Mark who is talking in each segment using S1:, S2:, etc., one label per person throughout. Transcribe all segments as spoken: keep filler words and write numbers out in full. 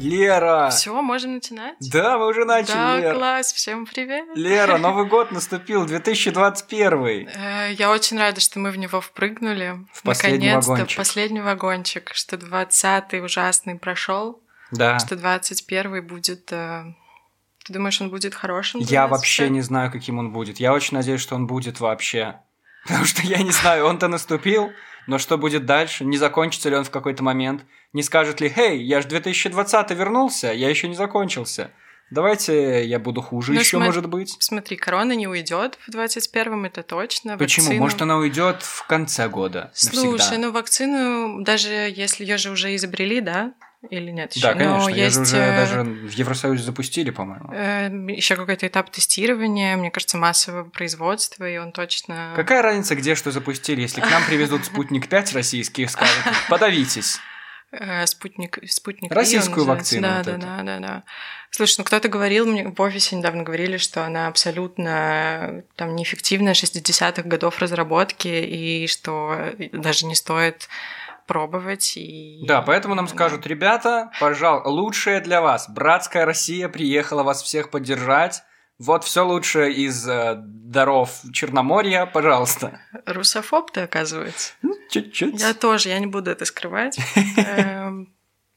S1: Лера!
S2: Все, можем начинать?
S1: Да, мы уже начали,
S2: Да,
S1: Лера.
S2: класс, всем привет.
S1: Лера, Новый год наступил, две тысячи двадцать первый.
S2: Э, Я очень рада, что мы в него впрыгнули.
S1: В последний
S2: Наконец-то,
S1: вагончик.
S2: последний вагончик, что двадцатый ужасный прошел,
S1: Да.
S2: что двадцать первый будет... э, Ты думаешь, он будет хорошим?
S1: Я вообще не знаю, каким он будет. Я очень надеюсь, что он будет вообще. Потому что я не знаю, он-то наступил, но что будет дальше? Не закончится ли он в какой-то момент? Не скажет ли: «Хей, я ж две тысячи двадцатый вернулся, я еще не закончился. Давайте я буду хуже
S2: Ну,
S1: еще,
S2: смо-
S1: может быть».
S2: Смотри, корона не уйдет в двадцать первом, это точно.
S1: Почему?
S2: Вакцину-
S1: Может, она уйдет в конце года
S2: Слушай,
S1: навсегда?
S2: ну вакцину, даже если ее же уже изобрели, да? Или нет еще?
S1: Да, конечно.
S2: Но
S1: Её
S2: есть
S1: же уже
S2: э,
S1: даже в Евросоюзе запустили, по-моему.
S2: еще какой-то этап тестирования, мне кажется, массового производства, и он точно...
S1: Какая разница, где что запустили? Если к нам привезут спутник пять российский и скажут: подавитесь.
S2: Э, Спутник, спутник Ви
S1: Российскую
S2: он называется.
S1: вакцину
S2: Да,
S1: вот
S2: да,
S1: эту.
S2: да, да, да. Слушай, ну кто-то говорил, мне в офисе недавно говорили, что она абсолютно там неэффективная, шестидесятых годов разработки, и что даже не стоит пробовать. И...
S1: Да, поэтому нам
S2: Да.
S1: скажут: ребята, пожалуй, лучшее для вас. Братская Россия приехала вас всех поддержать. Вот все лучшее из э, даров Черноморья, пожалуйста.
S2: Русофоб ты, оказывается.
S1: Ну, чуть-чуть.
S2: Я тоже, я не буду это скрывать. Эм,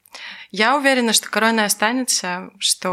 S2: Я уверена, что корона останется,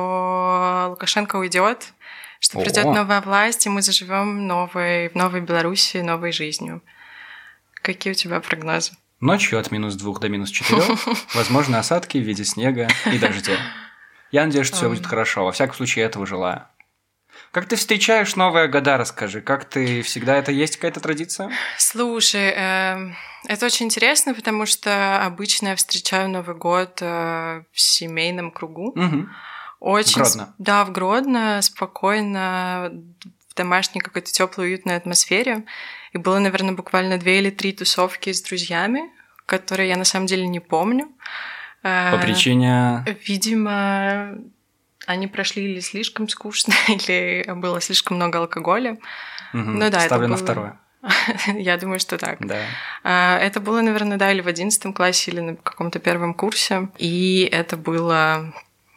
S2: что Лукашенко уйдет, что
S1: О.
S2: придет новая власть, и мы заживем новой, в новой Беларуси, новой жизнью. Какие у тебя прогнозы?
S1: Ночью от минус двух до минус четырех возможны осадки в виде снега и дождя. Я надеюсь, что все будет хорошо. Во всяком случае, этого желаю. Как ты встречаешь новые года, расскажи. Как ты всегда, это есть какая-то традиция?
S2: Слушай, эм, это очень интересно, потому что обычно я встречаю Новый год э, в семейном кругу.
S1: Угу.
S2: Очень,
S1: В Гродно.
S2: с- да, в Гродно, спокойно, в домашней какой-то теплой, уютной атмосфере. И было, наверное, буквально две или три тусовки с друзьями, которые я на самом деле не помню. Э,
S1: По причине...
S2: Видимо, они прошли или слишком скучно, или было слишком много алкоголя.
S1: Мгм.
S2: Ну да, это
S1: Ставлю на
S2: было-
S1: второе.
S2: Я думаю, что так.
S1: Да.
S2: А, Это было, наверное, да, или в одиннадцатом классе, или на каком-то первом курсе. И это было...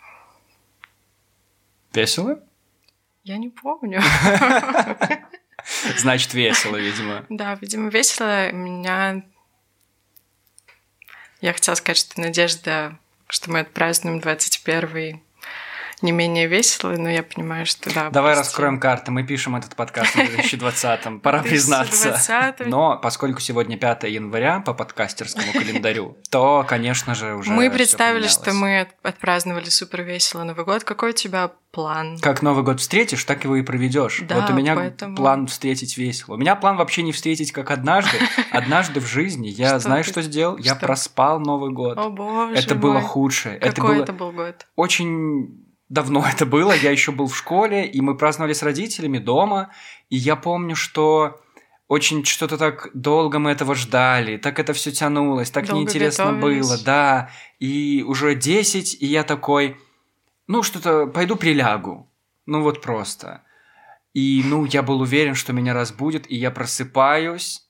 S1: Весело?
S2: Я не помню.
S1: Значит, весело, видимо.
S2: Да, видимо, весело. У меня... Я хотела сказать, что надежда, что мы отпразднуем двадцать первый не менее весело, но я понимаю, что да.
S1: Давай
S2: прости.
S1: раскроем карты. Мы пишем этот подкаст в две тысячи двадцатом. Пора
S2: В две тысячи
S1: признаться.
S2: двадцатом.
S1: Но поскольку сегодня пятое января по подкастерскому календарю, то, конечно же, уже
S2: Мы
S1: всё
S2: представили,
S1: поменялось.
S2: что мы от- отпраздновали супер весело Новый год. Какой у тебя план?
S1: Как Новый год встретишь, так его и проведешь.
S2: Да,
S1: Вот у меня
S2: поэтому-
S1: план встретить весело. У меня план вообще не встретить, как однажды. Однажды в жизни я,
S2: Что
S1: знаешь,
S2: ты-
S1: что сделал? Я
S2: что?
S1: проспал Новый год.
S2: О боже
S1: Это было
S2: мой.
S1: худшее. Это
S2: Какой
S1: было
S2: это был год?
S1: очень давно это было. Я еще был в школе, и мы праздновали с родителями дома. И я помню, что очень что-то так долго мы этого ждали, так это все тянулось, так
S2: Долго
S1: неинтересно
S2: готовились.
S1: было, да. И уже десять, и я такой, ну что-то, пойду прилягу. Ну вот просто. И, ну, я был уверен, что меня разбудит, и я просыпаюсь,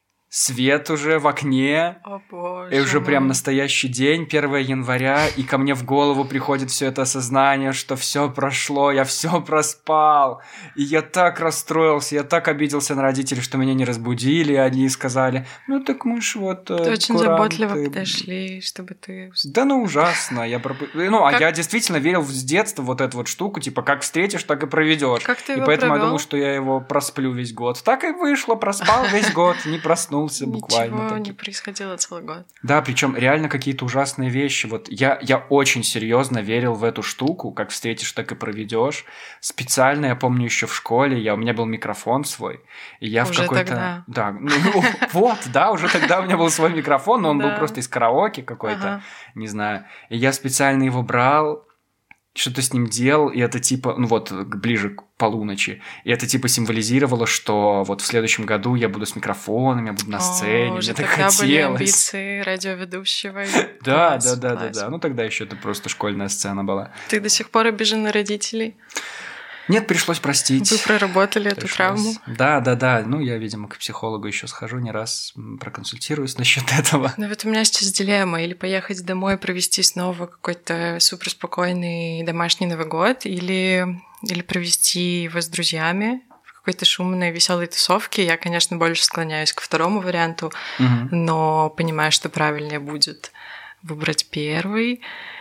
S1: свет уже в окне,
S2: О боже
S1: и уже прям
S2: мой.
S1: настоящий день, первое января, и ко мне в голову приходит все это осознание, что все прошло, я все проспал. И я так расстроился, я так обиделся на родителей, что меня не разбудили, и они сказали: ну так мы ж вот э,
S2: Ты очень
S1: куранты».
S2: заботливо подошли, чтобы ты...
S1: Да ну ужасно, я пропу- Ну, а
S2: Как-
S1: я действительно верил с детства вот эту вот штуку, типа, как встретишь, так и проведешь.
S2: Как ты
S1: И
S2: его
S1: поэтому я
S2: провёл?
S1: думал, что я его просплю весь год. Так и вышло, проспал весь год, не проснулся буквально.
S2: Ничего
S1: таки.
S2: не происходило целый год.
S1: Да, причем реально какие-то ужасные вещи. Вот я, я очень серьезно верил в эту штуку, как встретишь, так и проведешь. Специально, я помню, еще в школе, я, у меня был микрофон свой, и я в
S2: Уже
S1: какой-то...
S2: тогда.
S1: Да, ну, вот, да, уже тогда у меня был свой микрофон, но он был
S2: Да.
S1: просто из караоке какой-то,
S2: Ага.
S1: не знаю. И я специально его брал, что-то с ним делал, и это типа, ну вот, к- ближе к полуночи, и это типа символизировало, что вот в следующем году я буду с микрофоном, я буду на
S2: О,
S1: сцене,
S2: уже
S1: мне так
S2: тогда были
S1: хотелось.
S2: амбиции радиоведущего.
S1: Да,
S2: Класс,
S1: да, да, да,
S2: класс.
S1: да. Ну тогда еще это просто школьная сцена была.
S2: Ты до сих пор обижен на родителей?
S1: Нет, пришлось простить.
S2: Вы проработали пришлось. Эту травму?
S1: Да, да, да. Ну, я, видимо, к психологу еще схожу, не раз проконсультируюсь насчет этого.
S2: Ну, вот у меня сейчас дилемма. Или поехать домой, провести снова какой-то суперспокойный домашний Новый год, или, или провести его с друзьями в какой-то шумной, веселой тусовке. Я, конечно, больше склоняюсь к второму варианту, угу. но понимаю, что правильнее будет выбрать первый.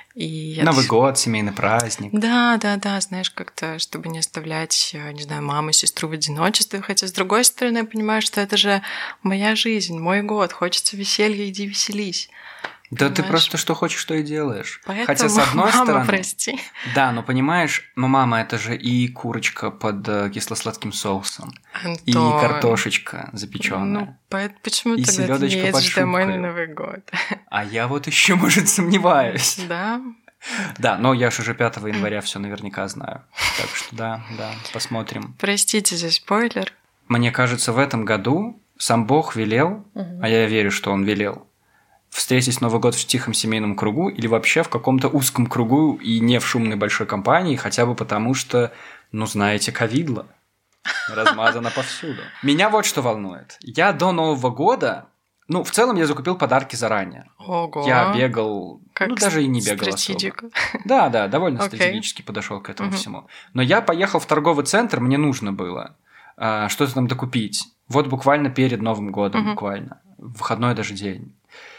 S2: И
S1: Новый это... год, семейный праздник.
S2: Да, да, да, знаешь, как-то, чтобы не оставлять, не знаю, маму, сестру в одиночестве. Хотя, с другой стороны, я понимаю, что это же моя жизнь, мой год. Хочется веселья, иди веселись.
S1: Да понимаешь? Ты просто что хочешь, то и делаешь.
S2: Поэтому,
S1: хотя, с одной
S2: мама,
S1: стороны...
S2: прости.
S1: Да, но понимаешь, ну, мама, это же и курочка под кисло-сладким соусом,
S2: Антон.
S1: и картошечка запеченная.
S2: Ну, почему
S1: и
S2: тогда ты не едешь домой на Новый год?
S1: А я вот еще, может, сомневаюсь.
S2: Да?
S1: Да, но я же уже пятого января все наверняка знаю. Так что да, да, посмотрим.
S2: Простите за спойлер.
S1: Мне кажется, в этом году сам Бог велел, угу. а я верю, что он велел, встретить Новый год в тихом семейном кругу или вообще в каком-то узком кругу и не в шумной большой компании, хотя бы потому что, ну, знаете, ковидло размазано повсюду. Меня вот что волнует. Я до Нового года... Ну, в целом я закупил подарки заранее.
S2: Ого.
S1: Я бегал, как ну даже и не бегал
S2: стратегику.
S1: особо. Да, да, довольно okay. стратегически подошел к этому uh-huh. всему. Но я поехал в торговый центр, мне нужно было а, что-то там докупить. Вот буквально перед Новым годом, uh-huh. буквально. Выходной даже день.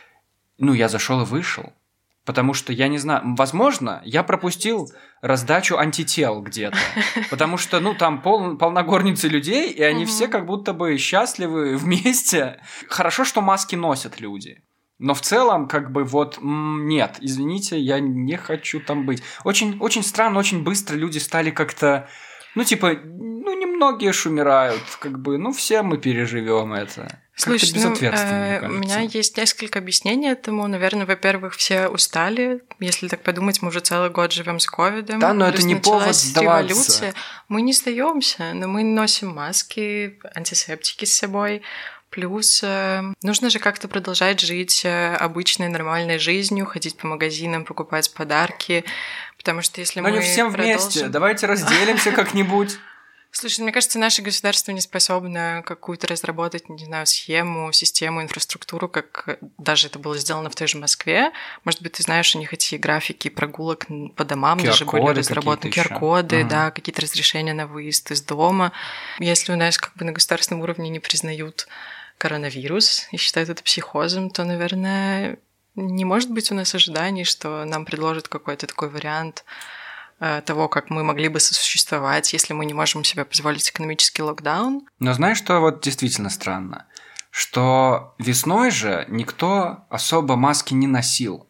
S1: Ну, я зашел и вышел. Потому что, я не знаю, возможно, я пропустил раздачу антител где-то. Потому что, ну, там пол, полногорницы людей, и они угу. все как будто бы счастливы вместе. Хорошо, что маски носят люди. Но в целом, как бы, вот, нет, извините, я не хочу там быть. Очень, очень странно, очень быстро люди стали как-то... Ну, типа, ну, немногие ж умирают, как бы, ну, все мы переживем это.
S2: Слушай, ну, э, у меня есть несколько объяснений этому. Наверное, во-первых, все устали. Если так подумать, мы уже целый год живем с ковидом.
S1: Да, но это не повод сдаваться.
S2: Мы не сдаемся, но мы носим маски, антисептики с собой. Плюс э, нужно же как-то продолжать жить э, обычной нормальной жизнью, ходить по магазинам, покупать подарки. Потому что если
S1: но
S2: мы
S1: не всем
S2: продолжим...
S1: вместе. Давайте разделимся как-нибудь.
S2: Слушай, мне кажется, наше государство не способно какую-то разработать, не знаю, схему, систему, инфраструктуру, как даже это было сделано в той же Москве. Может быть, ты знаешь, у них эти графики прогулок по домам даже были разработаны. ку ар-коды, да, какие-то разрешения на выезд из дома. Если у нас как бы на государственном уровне не признают коронавирус и считают это психозом, то, наверное, не может быть у нас ожиданий, что нам предложат какой-то такой вариант того, как мы могли бы сосуществовать, если мы не можем себе позволить экономический локдаун.
S1: Но знаешь, что вот действительно странно? Что весной же никто особо маски не носил.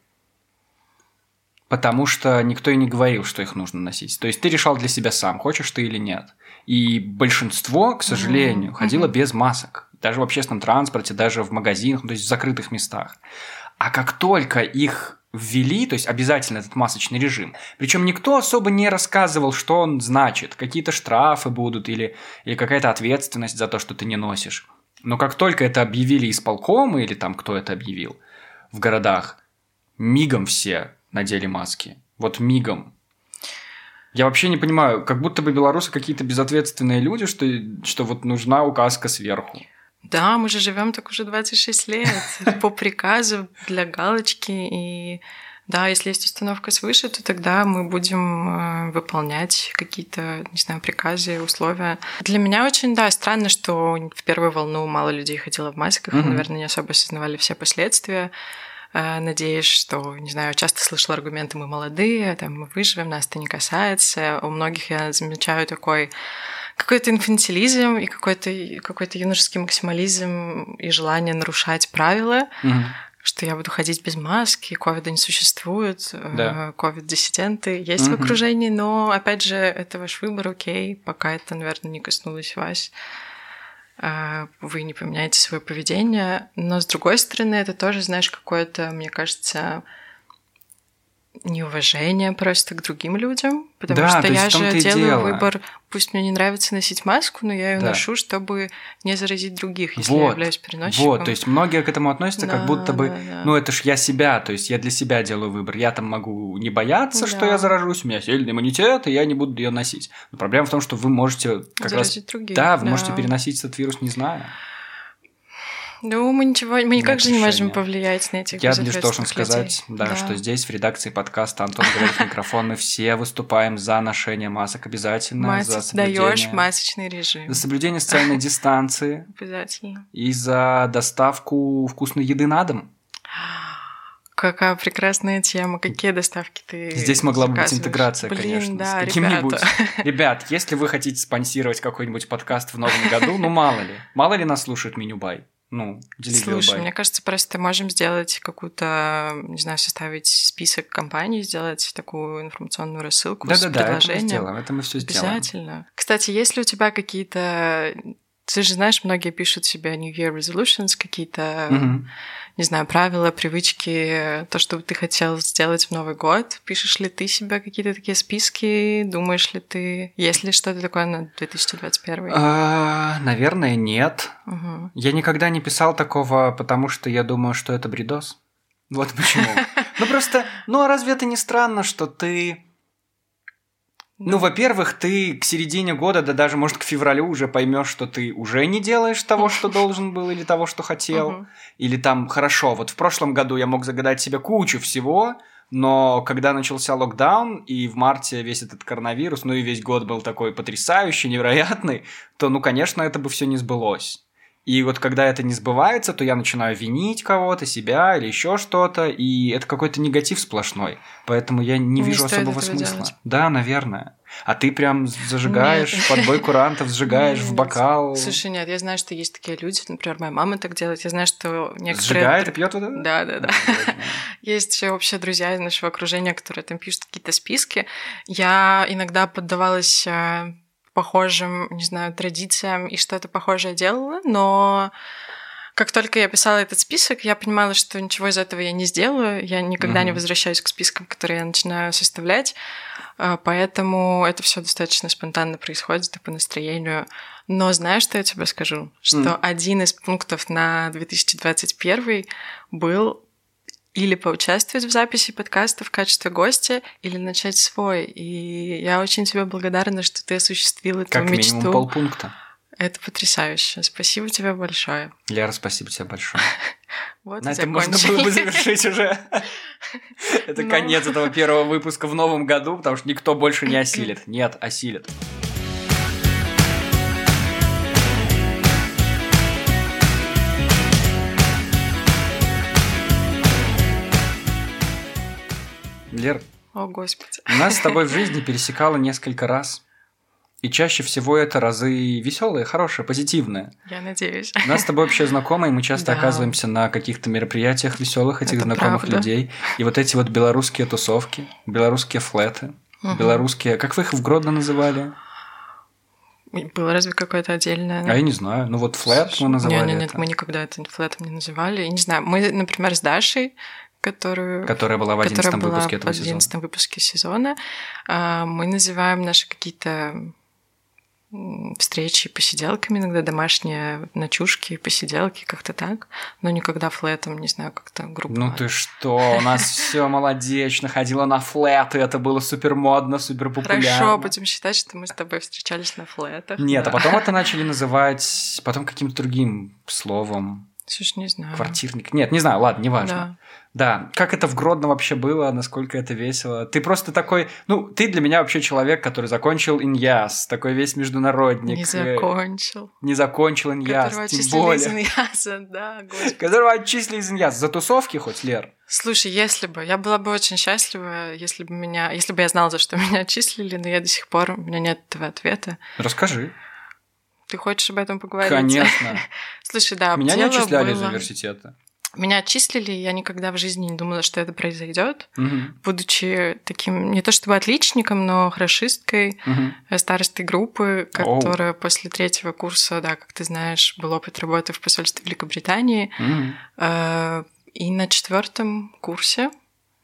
S1: Потому что никто и не говорил, что их нужно носить. То есть ты решал для себя сам, хочешь ты или нет. И большинство, к сожалению, mm-hmm. ходило без масок. Даже в общественном транспорте, даже в магазинах, то есть в закрытых местах. А как только их ввели, то есть обязательно этот масочный режим, причем никто особо не рассказывал, что он значит, какие-то штрафы будут или, или какая-то ответственность за то, что ты не носишь. Но как только это объявили исполкомы или там кто это объявил в городах, мигом все надели маски. Вот мигом. Я вообще не понимаю, как будто бы белорусы какие-то безответственные люди, что, что вот нужна указка сверху.
S2: Да, мы же живем так уже двадцать шесть лет по приказу для галочки. И да, если есть установка свыше, то тогда мы будем выполнять какие-то, не знаю, приказы, условия. Для меня очень, да, странно, что в первую волну мало людей ходило в масках, mm-hmm. и, наверное, не особо осознавали все последствия. Надеюсь, что, не знаю, часто слышала аргументы «мы молодые, там, мы выживем, нас это не касается». У многих я замечаю такой какой-то инфантилизм и какой-то, какой-то юношеский максимализм и желание нарушать правила, mm-hmm. что я буду ходить без маски, ковида не существует, да. ковид-диссиденты есть mm-hmm. в окружении, но, опять же, это ваш выбор, окей, пока это, наверное, не коснулось вас. Вы не поменяете свое поведение, но, с другой стороны, это тоже, знаешь, какое-то, мне кажется, неуважение просто к другим людям, потому
S1: Да,
S2: что
S1: то есть
S2: я
S1: в том-то
S2: же
S1: и
S2: делаю
S1: дело.
S2: выбор, пусть мне не нравится носить маску, но я ее
S1: Да.
S2: ношу, чтобы не заразить других, если я
S1: Вот,
S2: являюсь переносчиком.
S1: вот, то есть многие к этому относятся, как
S2: Да,
S1: будто бы,
S2: да, да.
S1: ну это ж я себя, то есть я для себя делаю выбор. Я там могу не бояться, что
S2: Да.
S1: я заражусь, у меня сильный иммунитет, и я не буду ее носить. Но проблема в том, что вы можете как
S2: Заразить
S1: раз...
S2: других,
S1: Да, вы
S2: да.
S1: можете переносить этот вирус, не зная.
S2: Ну, мы ничего, мы никак
S1: Нет
S2: же не можем
S1: решения.
S2: повлиять на этих
S1: Я лишь должен
S2: безответственных
S1: сказать,
S2: людей.
S1: да,
S2: Да.
S1: что здесь в редакции подкаста Антон говорит в микрофон, мы все выступаем за ношение масок обязательно, за
S2: Масок даешь
S1: соблюдение,
S2: масочный режим.
S1: за соблюдение социальной дистанции
S2: Обязательно.
S1: и за доставку вкусной еды на дом.
S2: Какая прекрасная тема. Какие доставки ты
S1: Здесь могла бы быть
S2: заказываешь?
S1: интеграция,
S2: Блин,
S1: конечно,
S2: да,
S1: с каким-нибудь.
S2: ребята.
S1: Ребят, если вы хотите спонсировать какой-нибудь подкаст в новом году, ну мало ли, мало ли нас слушает меню-бай. Ну,
S2: Слушай,
S1: Delivery
S2: мне
S1: Buy.
S2: кажется, просто можем сделать какую-то, не знаю, составить список компаний, сделать такую информационную рассылку с
S1: Да-да-да, это мы
S2: предложением.
S1: сделаем, это мы все сделаем.
S2: Обязательно. Кстати, есть ли у тебя какие-то... Ты же знаешь, многие пишут себе New Year Resolutions, какие-то,
S1: Мгм.
S2: не знаю, правила, привычки, то, что ты хотел сделать в Новый год. Пишешь ли ты себе какие-то такие списки? Думаешь ли ты... Есть ли что-то такое на две тысячи двадцать первый?
S1: А, Наверное, нет.
S2: Мгм.
S1: Я никогда не писал такого, потому что я думаю, что это бредос. Вот почему. Ну просто, ну а разве это не странно, что ты... Ну, во-первых, ты к середине года, да даже, может, к февралю уже поймешь, что ты уже не делаешь того, что должен был, или того, что хотел.
S2: Мгм.
S1: Или там, хорошо, вот в прошлом году я мог загадать себе кучу всего, но когда начался локдаун, и в марте весь этот коронавирус, ну и весь год был такой потрясающий, невероятный, то, ну, конечно, это бы все не сбылось. И вот когда это не сбывается, то я начинаю винить кого-то, себя или еще что-то, и это какой-то негатив сплошной. Поэтому я не,
S2: Не
S1: вижу
S2: стоит
S1: особого
S2: этого
S1: смысла.
S2: делать.
S1: Да, наверное. А ты прям зажигаешь
S2: Нет.
S1: под бой курантов, сжигаешь в
S2: Нет.
S1: бокал.
S2: Слушай, нет, я знаю, что есть такие люди, например, моя мама так делает. Я знаю, что некоторые...
S1: Сжигает и пьет вот это?
S2: Да, да, да.
S1: А, боже мой.
S2: Есть еще общие друзья из нашего окружения, которые там пишут какие-то списки. Я иногда поддавалась э, похожим, не знаю, традициям и что-то похожее делала, но как только я писала этот список, я понимала, что ничего из этого я не сделаю. Я никогда
S1: Мгм.
S2: не возвращаюсь к спискам, которые я начинаю составлять. А, Поэтому это все достаточно спонтанно происходит и по настроению. Но знаешь, что я тебе скажу? Что
S1: М.
S2: один из пунктов на две тысячи двадцать первый был или поучаствовать в записи подкаста в качестве гостя, или начать свой. И я очень тебе благодарна, что ты осуществил эту
S1: Как
S2: мечту.
S1: минимум полпункта.
S2: Это потрясающе. Спасибо тебе большое.
S1: Лера, спасибо тебе большое.
S2: Вот
S1: На
S2: и
S1: этом можно
S2: закончили.
S1: было бы завершить уже. Это
S2: Ну.
S1: конец этого первого выпуска в новом году, потому что никто больше не осилит. Нет, осилит. Лер,
S2: О, Господи.
S1: нас с тобой в жизни пересекало несколько раз. И чаще всего это разы веселые, хорошие, позитивные.
S2: Я надеюсь.
S1: У нас с тобой вообще знакомые, мы часто
S2: Да.
S1: оказываемся на каких-то мероприятиях веселых этих
S2: Это
S1: знакомых
S2: правда.
S1: людей. И вот эти вот белорусские тусовки, белорусские флеты,
S2: Мгм.
S1: белорусские... Как вы их в Гродно называли?
S2: Было разве какое-то отдельное?
S1: А я не знаю. Ну вот флет мы называли
S2: Нет, нет,
S1: это.
S2: мы никогда это флетом не называли. И не знаю, мы, например, с Дашей, которую...
S1: Которая была в
S2: которая
S1: одиннадцатом
S2: была
S1: выпуске
S2: в
S1: этого сезона.
S2: одиннадцатом выпуске сезона, а, мы называем наши какие-то м, встречи посиделками, иногда домашние ночушки, посиделки, как-то так, но никогда флетом, не знаю, как-то группа.
S1: Ну ты что, у нас все молодечно, ходила на флеты, это было супер модно, супер популярно.
S2: Хорошо, будем считать, что мы с тобой встречались на флетах.
S1: Нет,
S2: да.
S1: а потом это начали называть потом каким-то другим словом.
S2: Слушай, не знаю.
S1: Квартирник. Нет, не знаю, ладно, неважно.
S2: Да.
S1: Да, как это в Гродно вообще было, насколько это весело. Ты просто такой, ну, ты для меня вообще человек, который закончил иньяс, такой весь международник.
S2: Не
S1: э,
S2: закончил.
S1: Не закончил иньяс,
S2: Которого
S1: тем
S2: отчислили
S1: более.
S2: из иньяса, да, господи.
S1: Которого отчислили из иньяса. За тусовки хоть, Лер?
S2: Слушай, если бы, я была бы очень счастлива, если бы меня, если бы я знала, за что меня отчислили, но я до сих пор, у меня нет этого ответа.
S1: Расскажи.
S2: Ты хочешь об этом поговорить?
S1: Конечно.
S2: Слушай, да,
S1: Меня не
S2: дело
S1: отчисляли из
S2: было-
S1: университета.
S2: Меня отчислили, я никогда в жизни не думала, что это произойдет,
S1: Мгм,
S2: будучи таким, не то чтобы отличником, но хорошисткой,
S1: мгм.
S2: э, старостой группы,
S1: Оу.
S2: которая после третьего курса, да, как ты знаешь, был опыт работы в посольстве Великобритании.
S1: Мгм.
S2: Э, И на четвертом курсе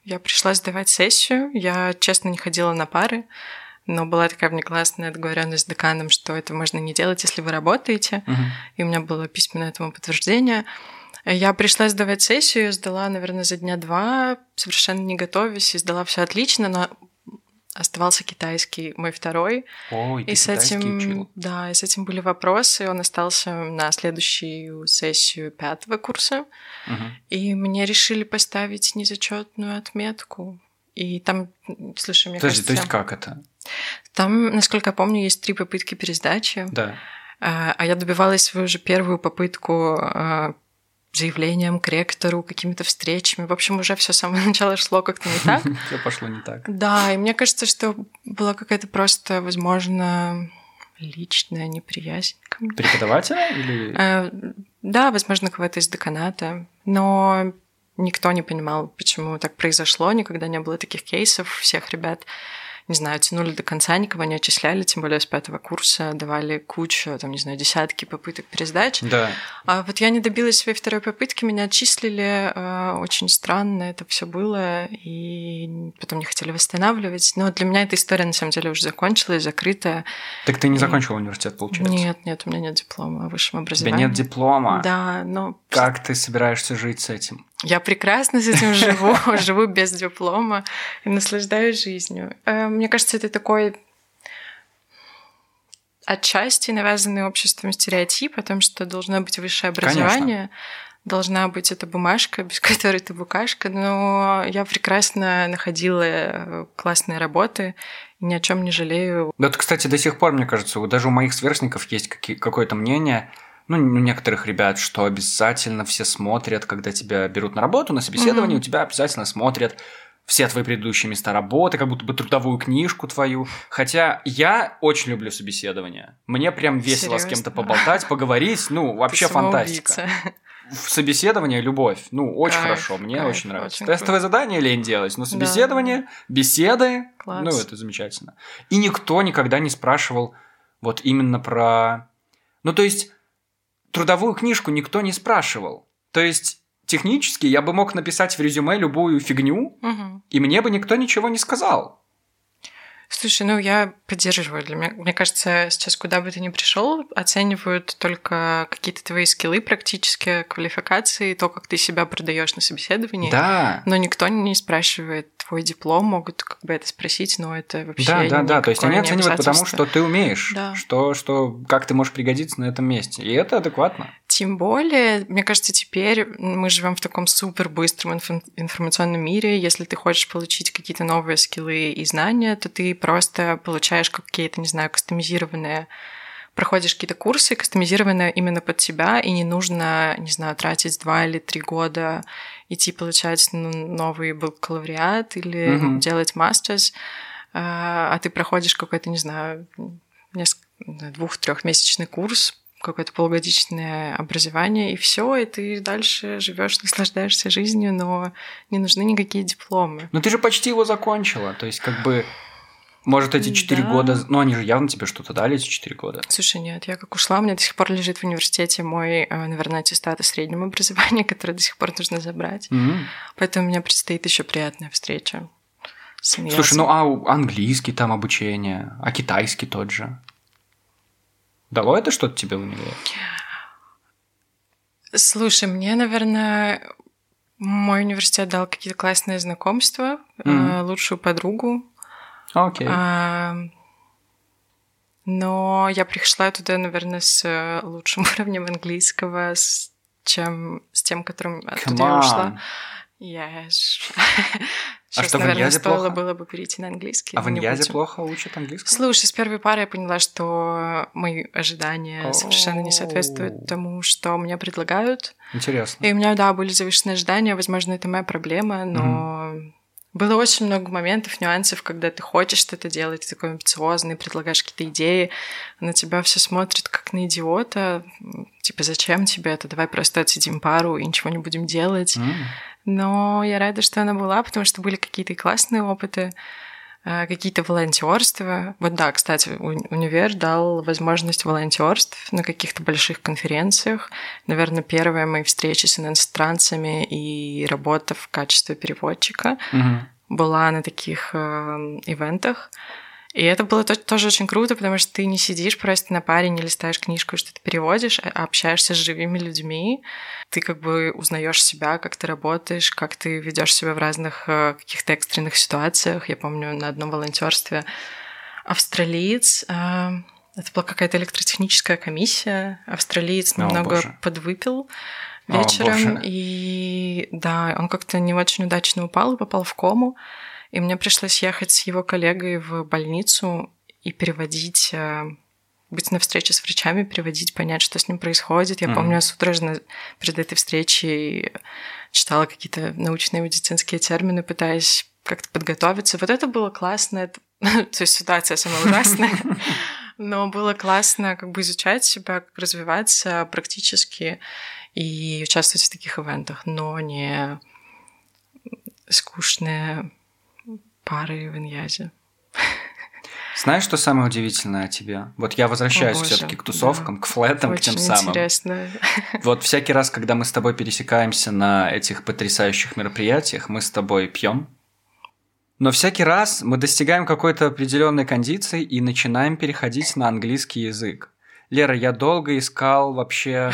S2: я пришла сдавать сессию. Я, честно, не ходила на пары, но была такая внеклассная договоренность с деканом, что это можно не делать, если вы работаете.
S1: Угу.
S2: И у меня было письменное этому подтверждение. Я пришла сдавать сессию, сдала, наверное, за дня два, совершенно не готовясь, и сдала все отлично, но оставался китайский, мой второй.
S1: Ой, ты
S2: и с
S1: китайский
S2: этим,
S1: учил?
S2: Да, и с этим были вопросы. Он остался на следующую сессию пятого курса.
S1: Угу.
S2: И мне решили поставить незачетную отметку. И там, слушай, мне
S1: Подожди,
S2: кажется...
S1: то есть как это?
S2: Там, насколько я помню, есть три попытки пересдачи.
S1: Да.
S2: А, а я добивалась свою же первую попытку заявлением к ректору, какими-то встречами. В общем, уже все с самого начала шло как-то не так.
S1: Все пошло не так.
S2: Да, и мне кажется, что была какая-то просто, возможно, личная неприязнь ко мне.
S1: Преподавателя или...
S2: Да, возможно, кого-то из деканата. Но никто не понимал, почему так произошло. Никогда не было таких кейсов. Всех ребят, не знаю, тянули до конца, никого не отчисляли, тем более с пятого курса давали кучу, там, не знаю, десятки попыток пересдач.
S1: Да.
S2: А вот я не добилась своей второй попытки, меня отчислили, очень странно это все было, и потом не хотели восстанавливать. Но для меня эта история, на самом деле, уже закончилась, закрыта.
S1: Так ты не
S2: и...
S1: закончила университет, получается?
S2: Нет, нет, у меня нет диплома о высшем
S1: У
S2: образовании.
S1: тебя нет диплома?
S2: Да, но...
S1: Как ты собираешься жить с этим?
S2: Я прекрасно с этим живу, живу без диплома и наслаждаюсь жизнью. Мне кажется, это такой отчасти навязанный обществом стереотип о том, что должно быть высшее образование,
S1: Конечно.
S2: Должна быть эта бумажка, без которой ты букашка. Но я прекрасно находила классные работы и ни о чем не жалею.
S1: Да, это, кстати, до сих пор, мне кажется, даже у моих сверстников есть какое-то мнение. Ну, у некоторых ребят, что обязательно все смотрят, когда тебя берут на работу, на собеседование, mm-hmm. у тебя обязательно смотрят все твои предыдущие места работы, как будто бы трудовую книжку твою. Хотя я очень люблю собеседование. Мне прям весело
S2: Серьезно?
S1: С кем-то поболтать, поговорить. Ну, вообще фантастика. В собеседование любовь. Ну, очень
S2: кайф,
S1: хорошо. Мне
S2: кайф,
S1: очень нравится.
S2: очень
S1: Тестовое
S2: круто.
S1: задание лень делать, но собеседование, да. беседы,
S2: Класс.
S1: Ну, это замечательно. И никто никогда не спрашивал вот именно про... Ну, то есть... Трудовую книжку никто не спрашивал. То есть, технически я бы мог написать в резюме любую фигню,
S2: угу.
S1: и мне бы никто ничего не сказал.
S2: Слушай, ну я поддерживаю. Для меня, мне кажется, сейчас куда бы ты ни пришел, оценивают только какие-то твои скиллы практические, квалификации, то, как ты себя продаешь на собеседовании.
S1: Да.
S2: Но никто не спрашивает твой диплом, могут как бы это спросить, но это вообще
S1: Да, да, да. То есть они оценивают потому, что ты умеешь,
S2: да.
S1: что, что как ты можешь пригодиться на этом месте. И это адекватно.
S2: Тем более, мне кажется, теперь мы живем в таком супер быстром инф- информационном мире. Если ты хочешь получить какие-то новые скиллы и знания, то ты просто получаешь какие-то, не знаю, кастомизированные, проходишь какие-то курсы, кастомизированные именно под тебя, и не нужно, не знаю, тратить два или три года, идти получать новый бакалавриат или mm-hmm. делать мастерс, а ты проходишь какой-то, не знаю, двух-трехмесячный курс, какое-то полугодичное образование, и все, и ты дальше живешь, наслаждаешься жизнью, но не нужны никакие дипломы.
S1: Но ты же почти его закончила, то есть как бы, может, эти четыре да. года, ну они же явно тебе что-то дали, эти четыре года.
S2: Слушай, нет, я как ушла, у меня до сих пор лежит в университете мой, наверное, аттестат о среднем образовании, который до сих пор нужно забрать,
S1: mm-hmm.
S2: поэтому у меня предстоит еще приятная встреча. Смеяться.
S1: Слушай, ну а английский там обучение, а китайский тот же? Дало это что-то тебе в универе?
S2: Слушай, мне, наверное, мой университет дал какие-то классные знакомства,
S1: mm-hmm.
S2: лучшую подругу.
S1: Окей. Okay.
S2: А, но я пришла туда, наверное, с лучшим уровнем английского, с, чем с тем, которым оттуда я ушла. Yes. Сейчас,
S1: а что,
S2: наверное,
S1: в Иньязе
S2: стоило
S1: плохо?
S2: было бы перейти на английский.
S1: А в Иньязе плохо учат английский?
S2: Слушай, с первой пары я поняла, что мои ожидания oh. совершенно не соответствуют тому, что мне предлагают.
S1: Интересно.
S2: И у меня, да, были завышенные ожидания. Возможно, это моя проблема, но mm-hmm. было очень много моментов, нюансов, когда ты хочешь что-то делать, ты такой амбициозный, предлагаешь какие-то идеи, на тебя все смотрят как на идиота. Типа, зачем тебе это? Давай просто отсидим пару и ничего не будем делать.
S1: Mm.
S2: Но я рада, что она была, потому что были какие-то классные опыты. какие-то волонтерства. Вот да, кстати, универ дал возможность волонтерств на каких-то больших конференциях. Наверное, первые мои встречи с иностранцами и работа в качестве переводчика угу. была на таких э, ивентах. И это было тоже очень круто, потому что ты не сидишь просто на паре, не листаешь книжку, что ты переводишь, а общаешься с живыми людьми. Ты как бы узнаешь себя, как ты работаешь, как ты ведешь себя в разных каких-то экстренных ситуациях. Я помню, на одном волонтерстве австралиец, это была какая-то электротехническая комиссия, австралиец немного О, подвыпил вечером, О, и да, он как-то не очень удачно упал и попал в кому. И мне пришлось ехать с его коллегой в больницу и переводить, быть на встрече с врачами, переводить, понять, что с ним происходит. Я mm-hmm. помню, я судорожно перед этой встречей читала какие-то научные медицинские термины, пытаясь как-то подготовиться. Вот это было классно. Это... То есть ситуация самая ужасная. Но было классно как бы изучать себя, как развиваться практически и участвовать в таких ивентах, но не скучные пары в Иньязе.
S1: Знаешь, что самое удивительное о тебе? Вот я возвращаюсь все-таки к тусовкам, да. к флетам,
S2: Очень
S1: к тем самым.
S2: Интересно.
S1: Вот всякий раз, когда мы с тобой пересекаемся на этих потрясающих мероприятиях, мы с тобой пьем. Но всякий раз мы достигаем какой-то определенной кондиции и начинаем переходить на английский язык. Лера, я долго искал вообще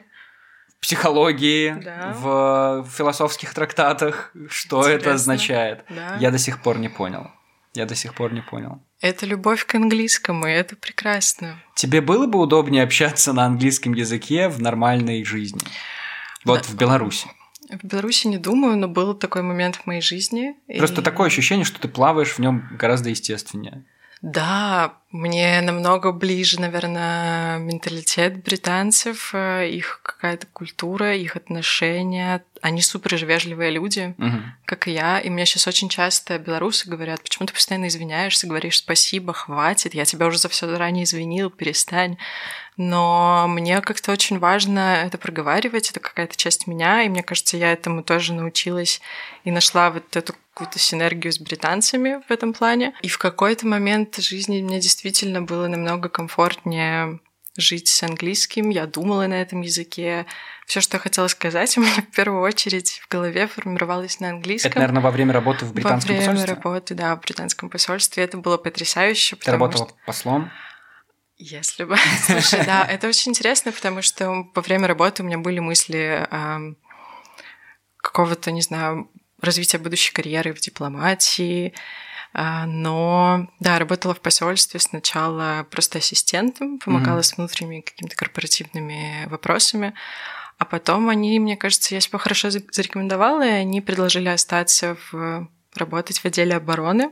S1: в психологии, да. в философских трактатах, что Интересно. это означает. Да. Я до сих пор не понял. Я до сих пор не понял.
S2: Это любовь к английскому, и это прекрасно.
S1: Тебе было бы удобнее общаться на английском языке в нормальной жизни? Вот да. в Беларуси.
S2: В Беларуси не думаю, но был такой момент в моей жизни.
S1: Просто и... такое ощущение, что ты плаваешь в нем гораздо естественнее.
S2: Да, мне намного ближе, наверное, менталитет британцев, их какая-то культура, их отношения. Они супер же вежливые люди, угу. как и я. И мне сейчас очень часто белорусы говорят: почему ты постоянно извиняешься, говоришь спасибо, хватит, я тебя уже за все заранее извинил, перестань. Но мне как-то очень важно это проговаривать, это какая-то часть меня, и мне кажется, я этому тоже научилась и нашла вот эту какую-то синергию с британцами в этом плане. И в какой-то момент жизни мне действительно было намного комфортнее жить с английским, я думала на этом языке. Все, что я хотела сказать, у меня в первую очередь в голове формировалось на английском.
S1: Это, наверное, во время работы в британском
S2: посольстве? Во время
S1: посольстве?
S2: работы, да, в британском посольстве. Это было потрясающе.
S1: Ты работала
S2: что...
S1: послом?
S2: Если бы. Слушай, да, это очень интересно, потому что во время работы у меня были мысли э, какого-то, не знаю, развития будущей карьеры в дипломатии, э, но, да, работала в посольстве сначала просто ассистентом, помогала mm-hmm. с внутренними какими-то корпоративными вопросами, а потом они, мне кажется, я себя хорошо зарекомендовала, и они предложили остаться в работать в отделе обороны.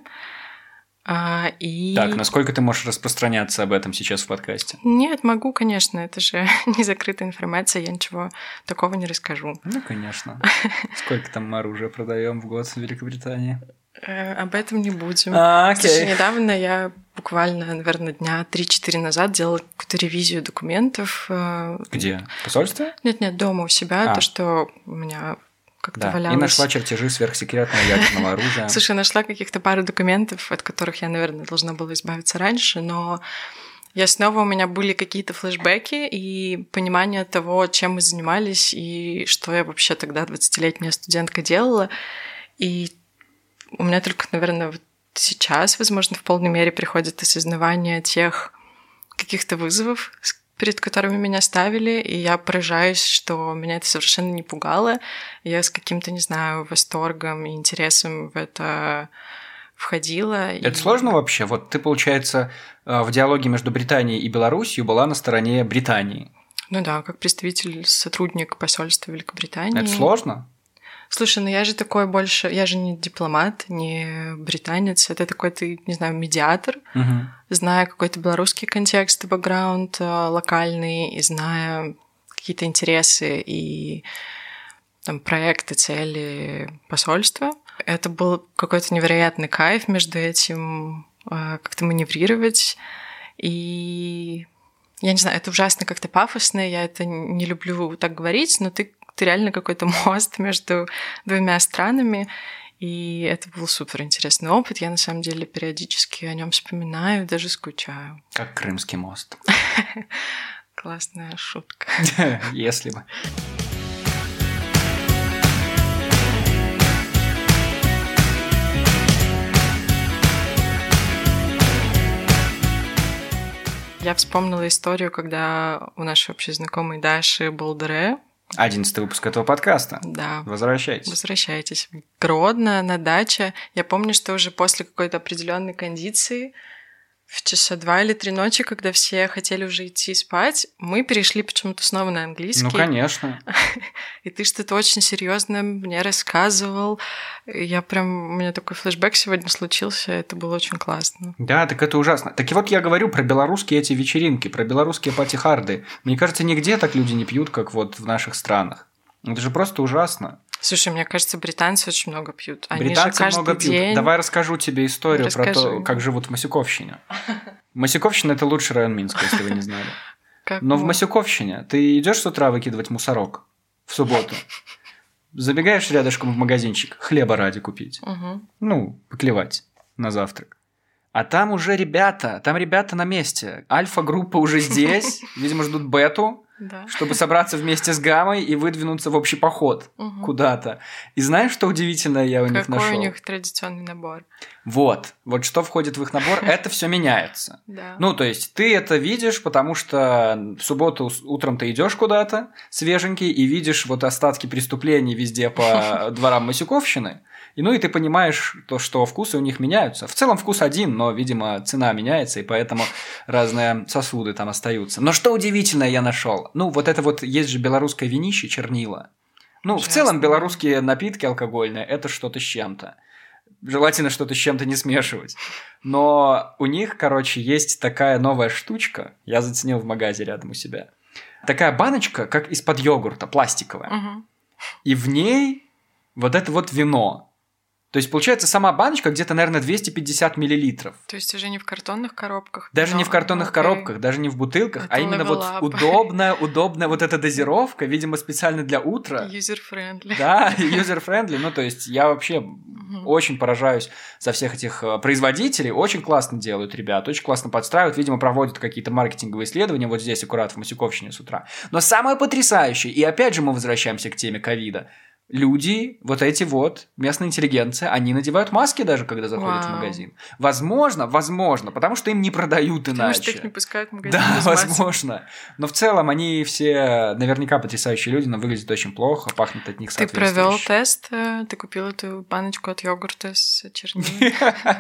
S2: А, и...
S1: Так, насколько ты можешь распространяться об этом сейчас в подкасте?
S2: Нет, могу, конечно, это же не закрытая информация, я ничего такого не расскажу.
S1: Ну, конечно. Сколько там мы оружия продаем в год в Великобритании?
S2: Об этом не будем.
S1: А, окей.
S2: Слушай, недавно я буквально, наверное, дня три-четыре назад делала какую-то ревизию документов.
S1: Где? В посольстве?
S2: Нет-нет, дома у себя, а. то, что у меня... как-то
S1: да.
S2: валялась.
S1: И нашла чертежи сверхсекретного ядерного оружия.
S2: Слушай, нашла каких-то пару документов, от которых я, наверное, должна была избавиться раньше, но я снова, у меня были какие-то флешбеки и понимание того, чем мы занимались и что я вообще тогда, двадцатилетняя студентка, делала. И у меня только, наверное, вот сейчас, возможно, в полной мере приходит осознавание тех каких-то вызовов, перед которыми меня ставили, и я поражаюсь, что меня это совершенно не пугало. Я с каким-то, не знаю, восторгом и интересом в это входила.
S1: Это
S2: и...
S1: сложно вообще? Вот ты, получается, в диалоге между Британией и Беларусью была на стороне Британии.
S2: Ну да, как представитель, сотрудник посольства Великобритании.
S1: Это сложно?
S2: Слушай, ну я же такой больше... Я же не дипломат, не британец. Это такой, ты, не знаю, медиатор.
S1: Угу.
S2: Зная какой-то белорусский контекст и бэкграунд локальный, и зная какие-то интересы и там, проекты, цели посольства. Это был какой-то невероятный кайф между этим, как-то маневрировать. И я не знаю, это ужасно как-то пафосно, я это не люблю так говорить, но ты, ты реально какой-то мост между двумя странами. И это был супер интересный опыт. Я на самом деле периодически о нем вспоминаю, даже скучаю.
S1: Как Крымский мост.
S2: Классная шутка.
S1: Если бы.
S2: Я вспомнила историю, когда у нашей общей знакомой Даши был ДР.
S1: Одиннадцатый выпуск этого подкаста.
S2: Да.
S1: Возвращайтесь.
S2: Возвращайтесь. Гродно, на даче. Я помню, что уже после какой-то определенной кондиции в часа два или три ночи, когда все хотели уже идти спать, мы перешли почему-то снова на английский.
S1: Ну, конечно.
S2: И ты что-то очень серьезное мне рассказывал. Я прям... У меня такой флешбэк сегодня случился, это было очень классно.
S1: Да, так это ужасно. Так и вот я говорю про белорусские эти вечеринки, про белорусские пати-харды. Мне кажется, нигде так люди не пьют, как вот в наших странах. Это же просто ужасно.
S2: Слушай, мне кажется, британцы очень много пьют. Они
S1: британцы
S2: же каждый
S1: много пьют.
S2: день...
S1: Давай расскажу тебе историю
S2: Расскажи.
S1: про то, как живут в Масюковщине. Масюковщина – это лучший район Минска, если вы не знали.
S2: Как
S1: Но
S2: мы...
S1: в Масюковщине ты идешь с утра выкидывать мусорок в субботу, забегаешь рядышком в магазинчик хлеба ради купить,
S2: Угу.
S1: ну, поклевать на завтрак. А там уже ребята, там ребята на месте. Альфа-группа уже здесь, видимо, ждут бету,
S2: Да.
S1: чтобы собраться вместе с гаммой и выдвинуться в общий поход
S2: Мгм.
S1: куда-то. И знаешь, что удивительное я у них
S2: Какой
S1: нашел?
S2: у них традиционный набор.
S1: Вот, вот что входит в их набор, это все меняется.
S2: Да.
S1: Ну, то есть ты это видишь, потому что в субботу с- утром ты идешь куда-то свеженький и видишь вот остатки преступлений везде по дворам Масюковщины. И ну и ты понимаешь то, что вкусы у них меняются. В целом вкус один, но, видимо, цена меняется, и поэтому разные сосуды там остаются. Но что удивительное я нашел? Ну, вот это вот есть же белорусское винище чернила. Ну, в
S2: Ужасно,
S1: целом
S2: да.
S1: белорусские напитки алкогольные – это что-то с чем-то. Желательно что-то с чем-то не смешивать. Но у них, короче, есть такая новая штучка. Я заценил в магазе рядом у себя. Такая баночка, как из-под йогурта, пластиковая.
S2: Мгм.
S1: И в ней вот это вот вино. То есть, получается, сама баночка где-то, наверное, двести пятьдесят миллилитров.
S2: То есть уже не в картонных коробках?
S1: Даже
S2: но-
S1: не в картонных
S2: окей.
S1: коробках, даже не в бутылках,
S2: Это
S1: а именно вот
S2: level up.
S1: удобная, удобная вот эта дозировка, видимо, специально для утра.
S2: User-friendly.
S1: Да, user-friendly. Ну, то есть, я вообще
S2: Мгм.
S1: очень поражаюсь со всех этих э, производителей. Очень классно делают ребята, очень классно подстраивают. Видимо, проводят какие-то маркетинговые исследования вот здесь, аккурат в Масюковщине с утра. Но самое потрясающее, и опять же мы возвращаемся к теме ковида, люди, вот эти вот, местная интеллигенция, они надевают маски даже, когда заходят в
S2: Вау.
S1: магазин. Возможно, возможно, потому что им не продают
S2: Потому что
S1: иначе.
S2: их не пускают в магазин
S1: Да,
S2: без масок.
S1: возможно. Но в целом они все наверняка потрясающие люди, но выглядят очень плохо, пахнет от них
S2: Ты
S1: соответствующе.
S2: провел тест, э, ты купил эту баночку от йогурта с чернилами.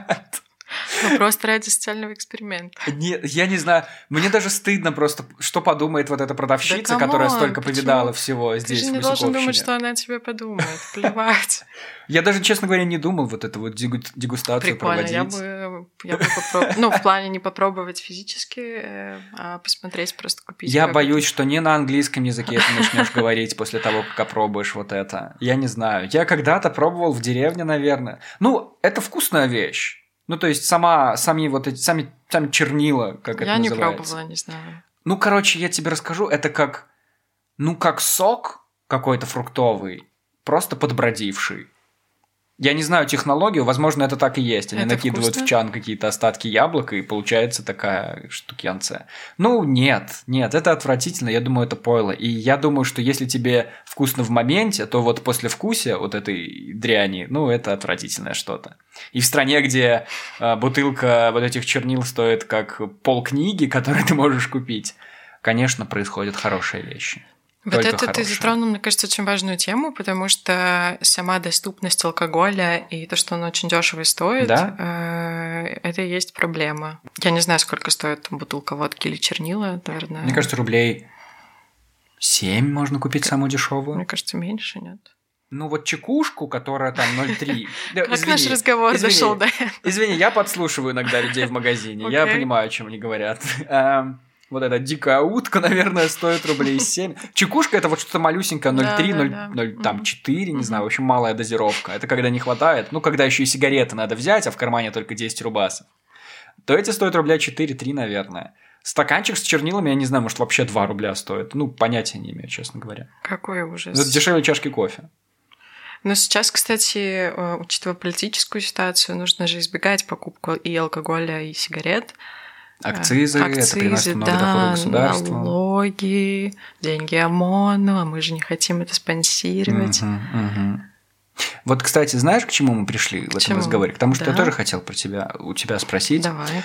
S2: Ну, просто ради социального эксперимента.
S1: Не, я не знаю, мне даже стыдно просто, что подумает вот эта продавщица,
S2: Да
S1: которая
S2: камон,
S1: столько
S2: почему?
S1: повидала всего
S2: Ты
S1: здесь,
S2: же
S1: в
S2: не должен думать,
S1: Масюковщине.
S2: что она о тебе подумает. Плевать.
S1: Я даже, честно говоря, не думал вот эту вот дегу- дегустацию
S2: Прикольно.
S1: проводить.
S2: Я бы, я бы попробовала. Ну, в плане не попробовать физически, э, а посмотреть, просто купить.
S1: Я
S2: йогурт.
S1: боюсь, что не на английском языке ты начнешь говорить после того, как опробуешь вот это. Я не знаю. Я когда-то пробовал в деревне, наверное. Ну, это вкусная вещь. Ну, то есть, сама, сами вот эти, сами, сами чернила, как это
S2: Я не
S1: называется.
S2: пробовала, не знаю.
S1: Ну, короче, я тебе расскажу, это как, ну, как сок какой-то фруктовый, просто подбродивший. Я не знаю технологию, возможно, это так и есть. Они
S2: Это
S1: накидывают
S2: вкусно?
S1: в чан какие-то остатки яблок, и получается такая штукенция. Ну, нет, нет, это отвратительно, я думаю, это пойло. И я думаю, что если тебе вкусно в моменте, то вот после вкуса вот этой дряни, ну, это отвратительное что-то. И в стране, где э, бутылка вот этих чернил стоит как полкниги, которые ты можешь купить, конечно, происходят хорошие вещи.
S2: Вот
S1: Только
S2: это ты
S1: хорошие.
S2: затронул, мне кажется, очень важную тему, потому что сама доступность алкоголя и то, что он очень дешево стоит,
S1: Да.
S2: э, это и есть проблема. Я не знаю, сколько стоит там бутылка водки или чернила, наверное.
S1: Мне кажется, рублей семь можно купить самую дешевую.
S2: Мне кажется, меньше, нет.
S1: Ну вот чекушку, которая там ноль три. Да,
S2: Как
S1: извини,
S2: наш разговор
S1: извини.
S2: дошел до этого?
S1: Извини, я подслушиваю иногда людей в магазине. Я
S2: Окей.
S1: понимаю, о чем они говорят. Эм, Вот эта дикая утка, наверное, стоит рублей семь. Чекушка – это вот что-то малюсенькое, ноль три,
S2: Да,
S1: ноль
S2: да, да.
S1: ноль там
S2: Мгм.
S1: четыре, не
S2: Мгм.
S1: знаю, в общем, малая дозировка. Это когда не хватает. Ну, когда еще и сигареты надо взять, а в кармане только десять рубасов. То эти стоят рубля четыре-три, наверное. Стаканчик с чернилами, я не знаю, может, вообще два рубля стоит. Ну, понятия не имею, честно говоря.
S2: Какой ужас.
S1: Это дешевле чашки кофе.
S2: Но сейчас, кстати, учитывая политическую ситуацию, нужно же избегать покупку и алкоголя, и сигарет.
S1: Акцизы,
S2: Акцизы,
S1: это приносит много
S2: да,
S1: дохода государству.
S2: Налоги, деньги ОМОНу, а мы же не хотим это спонсировать.
S1: Угу, угу. Вот, кстати, знаешь, к чему мы пришли к в этом
S2: чему?
S1: разговоре? К тому, что
S2: да.
S1: я тоже хотел про тебя, у тебя спросить.
S2: Давай.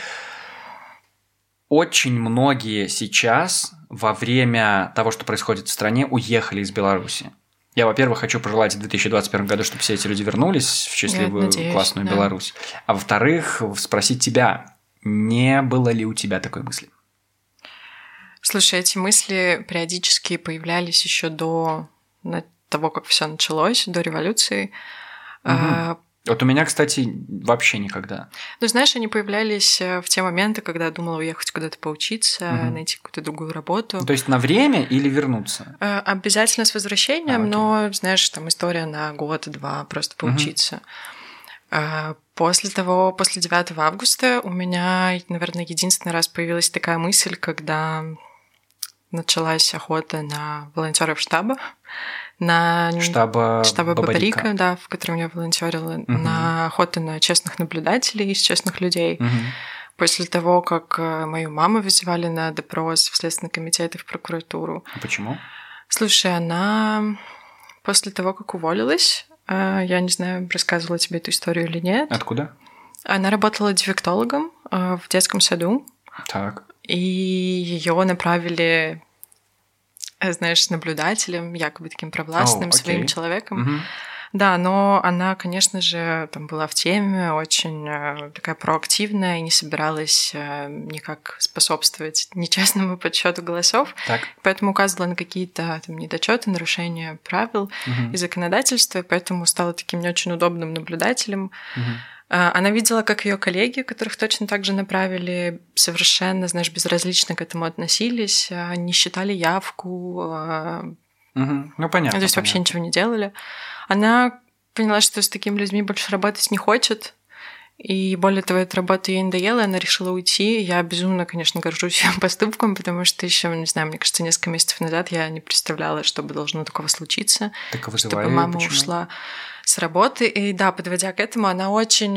S1: Очень многие сейчас во время того, что происходит в стране, уехали из Беларуси. Я, во-первых, хочу пожелать в две тысячи двадцать первом году, чтобы все эти люди вернулись в счастливую,
S2: надеюсь,
S1: классную
S2: да.
S1: Беларусь. А во-вторых, спросить тебя, не было ли у тебя такой мысли?
S2: Слушай, эти мысли периодически появлялись еще до того, как все началось, до революции.
S1: Угу. А, вот у меня, кстати, вообще никогда.
S2: Ну, знаешь, они появлялись в те моменты, когда я думала уехать куда-то поучиться, угу. найти какую-то другую работу.
S1: То есть на время или вернуться?
S2: Обязательно с возвращением, а, но, знаешь, там история на год-два просто поучиться. Угу. После того, после девятого августа у меня, наверное, единственный раз появилась такая мысль, когда началась охота на волонтеров штаба, на
S1: штаба,
S2: штаба
S1: Бабарика.
S2: Бабарика, да, в котором я волонтерила, угу. на охоту на честных наблюдателей из честных людей.
S1: Угу.
S2: После того, как мою маму вызывали на допрос в Следственный комитет и в прокуратуру.
S1: А почему?
S2: Слушай, она после того, как уволилась, я не знаю, рассказывала тебе эту историю или нет.
S1: Откуда?
S2: Она работала дефектологом в детском саду.
S1: Так.
S2: И ее направили, знаешь, наблюдателем, якобы таким провластным, oh, okay. своим человеком.
S1: Mm-hmm.
S2: Да, но она, конечно же, там была в теме, очень такая проактивная и не собиралась никак способствовать нечестному подсчету голосов.
S1: Так.
S2: Поэтому указывала на какие-то там недочеты, нарушения правил mm-hmm. и законодательства, и поэтому стала таким не очень удобным наблюдателем.
S1: Mm-hmm.
S2: Она видела, как ее коллеги, которых точно так же направили, совершенно, знаешь, безразлично к этому относились, не считали явку.
S1: Угу. Ну, понятно.
S2: То есть
S1: понятно.
S2: вообще ничего не делали. Она поняла, что с такими людьми больше работать не хочет. И более того, эта работа ей надоела, она решила уйти. Я безумно, конечно, горжусь ее поступком, потому что еще, не знаю, мне кажется, несколько месяцев назад я не представляла, что бы должно такого случиться.
S1: Так а
S2: чтобы мама
S1: почему?
S2: ушла с работы. И да, подводя к этому, она очень...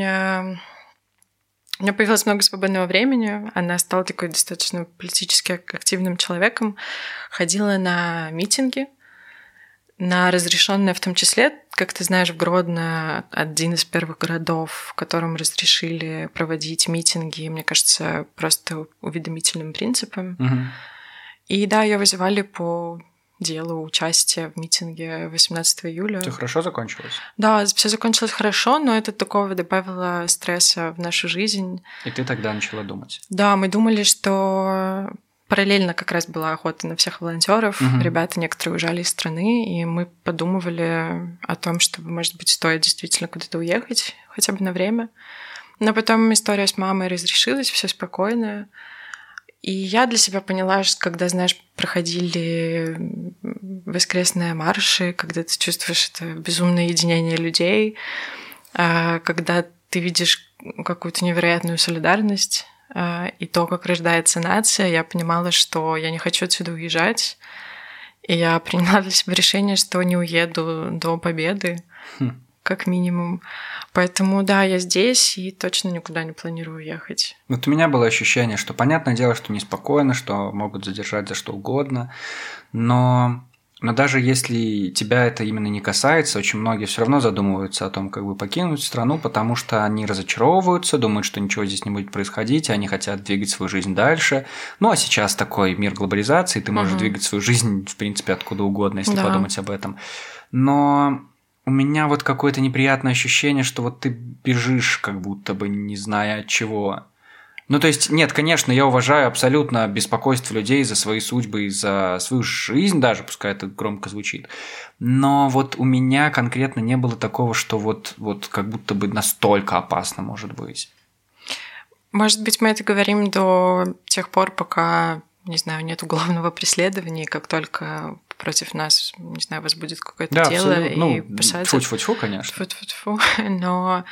S2: У нее появилось много свободного времени. Она стала такой достаточно политически активным человеком. Ходила на митинги, на разрешенные в том числе, как ты знаешь, в Гродно один из первых городов, в котором разрешили проводить митинги, мне кажется, просто уведомительным принципом.
S1: Угу.
S2: И да, ее вызывали по делу участия в митинге восемнадцатого июля.
S1: Все хорошо закончилось?
S2: Да, все закончилось хорошо, но это такого добавило стресса в нашу жизнь.
S1: И ты тогда начала думать?
S2: Да, мы думали, что параллельно как раз была охота на всех волонтеров. Угу. Ребята некоторые уезжали из страны, и мы подумывали о том, чтобы, может быть, стоит действительно куда-то уехать, хотя бы на время. Но потом история с мамой разрешилась, все спокойно. И я для себя поняла, что когда, знаешь, проходили воскресные марши, когда ты чувствуешь это безумное единение людей, когда ты видишь какую-то невероятную солидарность и то, как рождается нация, я понимала, что я не хочу отсюда уезжать. И я приняла для себя решение, что не уеду до победы, хм. как минимум. Поэтому, да, я здесь и точно никуда не планирую уехать.
S1: Вот у меня было ощущение, что понятное дело, что неспокойно, что могут задержать за что угодно, но, но даже если тебя это именно не касается, очень многие все равно задумываются о том, как бы покинуть страну, потому что они разочаровываются, думают, что ничего здесь не будет происходить, они хотят двигать свою жизнь дальше. Ну, а сейчас такой мир глобализации, ты можешь угу. двигать свою жизнь, в принципе, откуда угодно, если да. подумать об этом. Но... У меня вот какое-то неприятное ощущение, что вот ты бежишь, как будто бы не зная от чего. Ну, то есть, нет, конечно, я уважаю абсолютно беспокойство людей за свои судьбы и за свою жизнь даже, пускай это громко звучит. Но вот у меня конкретно не было такого, что вот, вот как будто бы настолько опасно может быть.
S2: Может быть, мы это говорим до тех пор, пока, не знаю, нет уголовного преследования, как только... против нас, не знаю, возбудит какое-то
S1: да,
S2: дело
S1: абсолютно.
S2: и
S1: ну,
S2: посадят.
S1: Тьфу-тьфу-тьфу, конечно.
S2: Тьфу-тьфу-тьфу. Но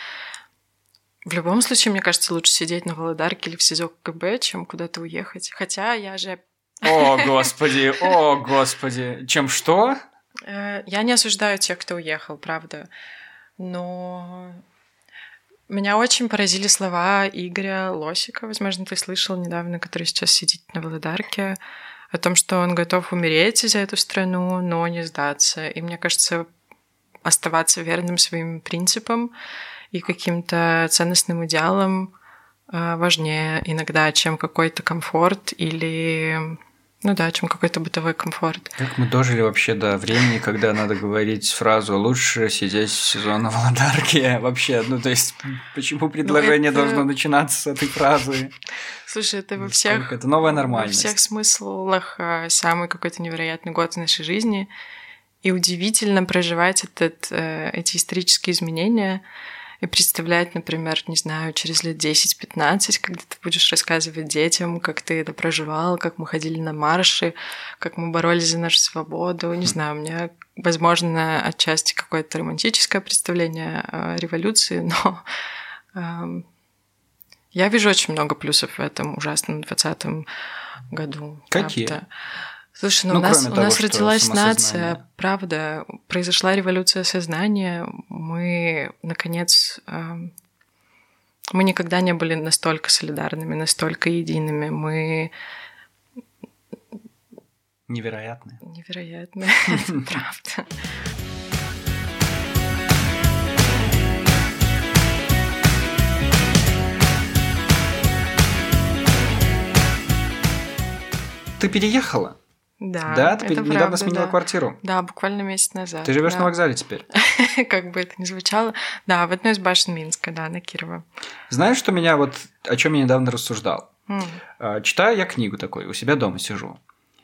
S2: в любом случае, мне кажется, лучше сидеть на Володарке или в СИЗО КГБ, чем куда-то уехать. Хотя я же...
S1: О, господи, о, господи. Чем что?
S2: Я не осуждаю тех, кто уехал, правда. Но меня очень поразили слова Игоря Лосика, возможно, ты слышал недавно, который сейчас сидит на Володарке, о том, что он готов умереть за эту страну, но не сдаться. И мне кажется, оставаться верным своим принципам и каким-то ценностным идеалам важнее иногда, чем какой-то комфорт или... Ну да, чем какой-то бытовой комфорт.
S1: Как мы дожили вообще до времени, когда надо говорить фразу «лучше сидеть в сезон на Володарке». Вообще, ну то есть, почему предложение ну, это... должно начинаться с этой фразы?
S2: Слушай, это во всех...
S1: Это новая нормальность.
S2: Во всех смыслах самый какой-то невероятный год в нашей жизни. И удивительно проживать этот, эти исторические изменения и представлять, например, не знаю, через лет десять-пятнадцать, когда ты будешь рассказывать детям, как ты это проживал, как мы ходили на марши, как мы боролись за нашу свободу. Не знаю, у меня, возможно, отчасти какое-то романтическое представление о революции, но э, я вижу очень много плюсов в этом ужасном двадцатом году.
S1: Какие?
S2: Правда. Слушай, ну,
S1: ну
S2: у нас,
S1: того,
S2: у нас родилась нация, правда, произошла революция сознания, мы, наконец, э, мы никогда не были настолько солидарными, настолько едиными, мы...
S1: Невероятно.
S2: Невероятно, это правда.
S1: Ты переехала?
S2: Да,
S1: да, ты
S2: это
S1: недавно
S2: правда,
S1: сменила
S2: да.
S1: квартиру.
S2: Да, буквально месяц назад.
S1: Ты живешь
S2: да.
S1: на вокзале теперь?
S2: Как бы это ни звучало. Да, в одной из башен Минска, да, на Кирова.
S1: Знаешь, что меня вот, о чем я недавно рассуждал?
S2: Mm.
S1: Читаю я книгу такой, у себя дома сижу.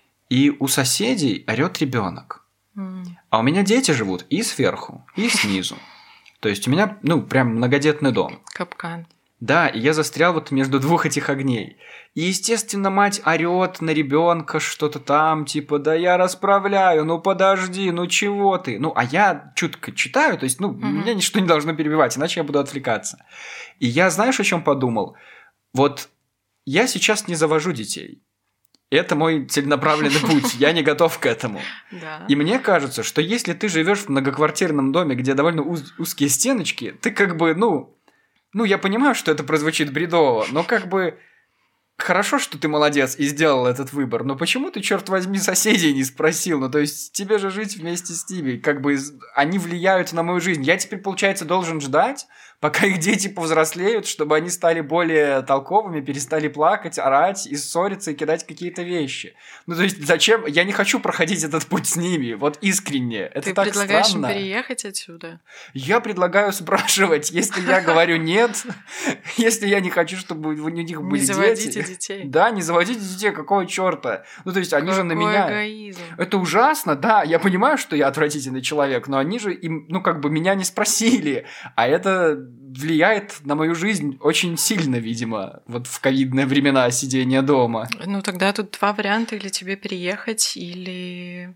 S1: И у соседей орёт ребенок.
S2: Mm.
S1: А у меня дети живут и сверху, и снизу. То есть у меня, ну, прям многодетный дом.
S2: Капкан.
S1: Да, и я застрял вот между двух этих огней. И, естественно, мать орёт на ребенка что-то там, типа, да я расправляю, ну подожди, ну чего ты? Ну, а я чутко читаю, то есть, ну, угу. меня ничто не должно перебивать, иначе я буду отвлекаться. И я, знаешь, о чем подумал? Вот я сейчас не завожу детей. Это мой целенаправленный путь, я не готов к этому.
S2: Да.
S1: И мне кажется, что если ты живешь в многоквартирном доме, где довольно уз- узкие стеночки, ты как бы, ну... Ну, я понимаю, что это прозвучит бредово, но как бы хорошо, что ты молодец и сделал этот выбор, но почему ты, черт возьми, соседей не спросил? Ну, то есть, тебе же жить вместе с ними, как бы они влияют на мою жизнь. Я теперь, получается, должен ждать, пока их дети повзрослеют, чтобы они стали более толковыми, перестали плакать, орать и ссориться и кидать какие-то вещи. Ну, то есть, зачем? Я не хочу проходить этот путь с ними, вот искренне. Это
S2: ты
S1: так
S2: предлагаешь
S1: странно.
S2: им переехать отсюда?
S1: Я предлагаю спрашивать, если я говорю нет, если я не хочу, чтобы у них были дети.
S2: Не заводите детей.
S1: Да, не заводите детей, какого черта? Ну, то есть, они же на меня...
S2: Эгоизм.
S1: Это ужасно, да, я понимаю, что я отвратительный человек, но они же, им, ну, как бы меня не спросили, а это влияет на мою жизнь очень сильно, видимо, вот в ковидные времена сидения дома.
S2: Ну, тогда тут два варианта, или тебе переехать, или...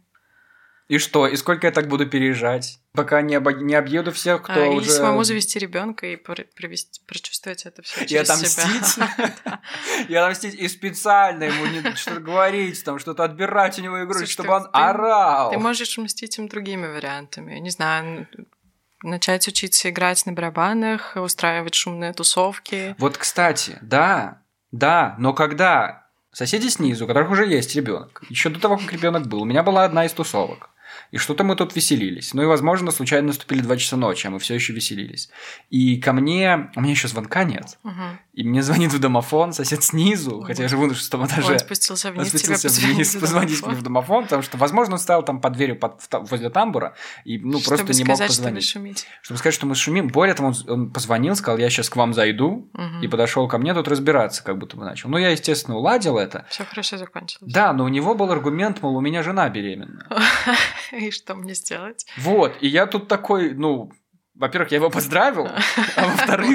S1: И что? И сколько я так буду переезжать? Пока не, обо... не объеду всех, кто
S2: а,
S1: уже...
S2: Или самому завести ребенка и провести, прочувствовать это все через
S1: и отомстить.
S2: себя.
S1: И отомстить, и специально ему что-то говорить, там, что-то отбирать у него игрушки, чтобы он орал.
S2: Ты можешь мстить им другими вариантами. Не знаю, начать учиться играть на барабанах, устраивать шумные тусовки.
S1: Вот, кстати, да, да, но когда соседи снизу, у которых уже есть ребенок, еще до того, как ребенок был, у меня была одна из тусовок. И что-то мы тут веселились. Ну и, возможно, случайно наступили два часа ночи, а мы все еще веселились. И ко мне... У меня еще звонка нет.
S2: Угу.
S1: И мне звонит в домофон сосед снизу, угу. хотя я живу на шестом этаже.
S2: Он спустился вниз,
S1: он спустился вниз позвонить мне в домофон, потому что, возможно, он стоял там под дверью под, возле тамбура и ну,
S2: чтобы
S1: просто не
S2: сказать,
S1: мог позвонить.
S2: Чтобы шуметь.
S1: Чтобы сказать, что мы шумим. Более того, он, он позвонил, сказал, я сейчас к вам зайду,
S2: угу.
S1: и подошел ко мне тут разбираться, как будто бы начал. Ну, я, естественно, уладил это.
S2: Все хорошо закончилось.
S1: Да, но у него был аргумент, мол, у меня жена беременна.
S2: И что мне сделать?
S1: Вот, и я тут такой, ну, во-первых, я его поздравил, а во-вторых,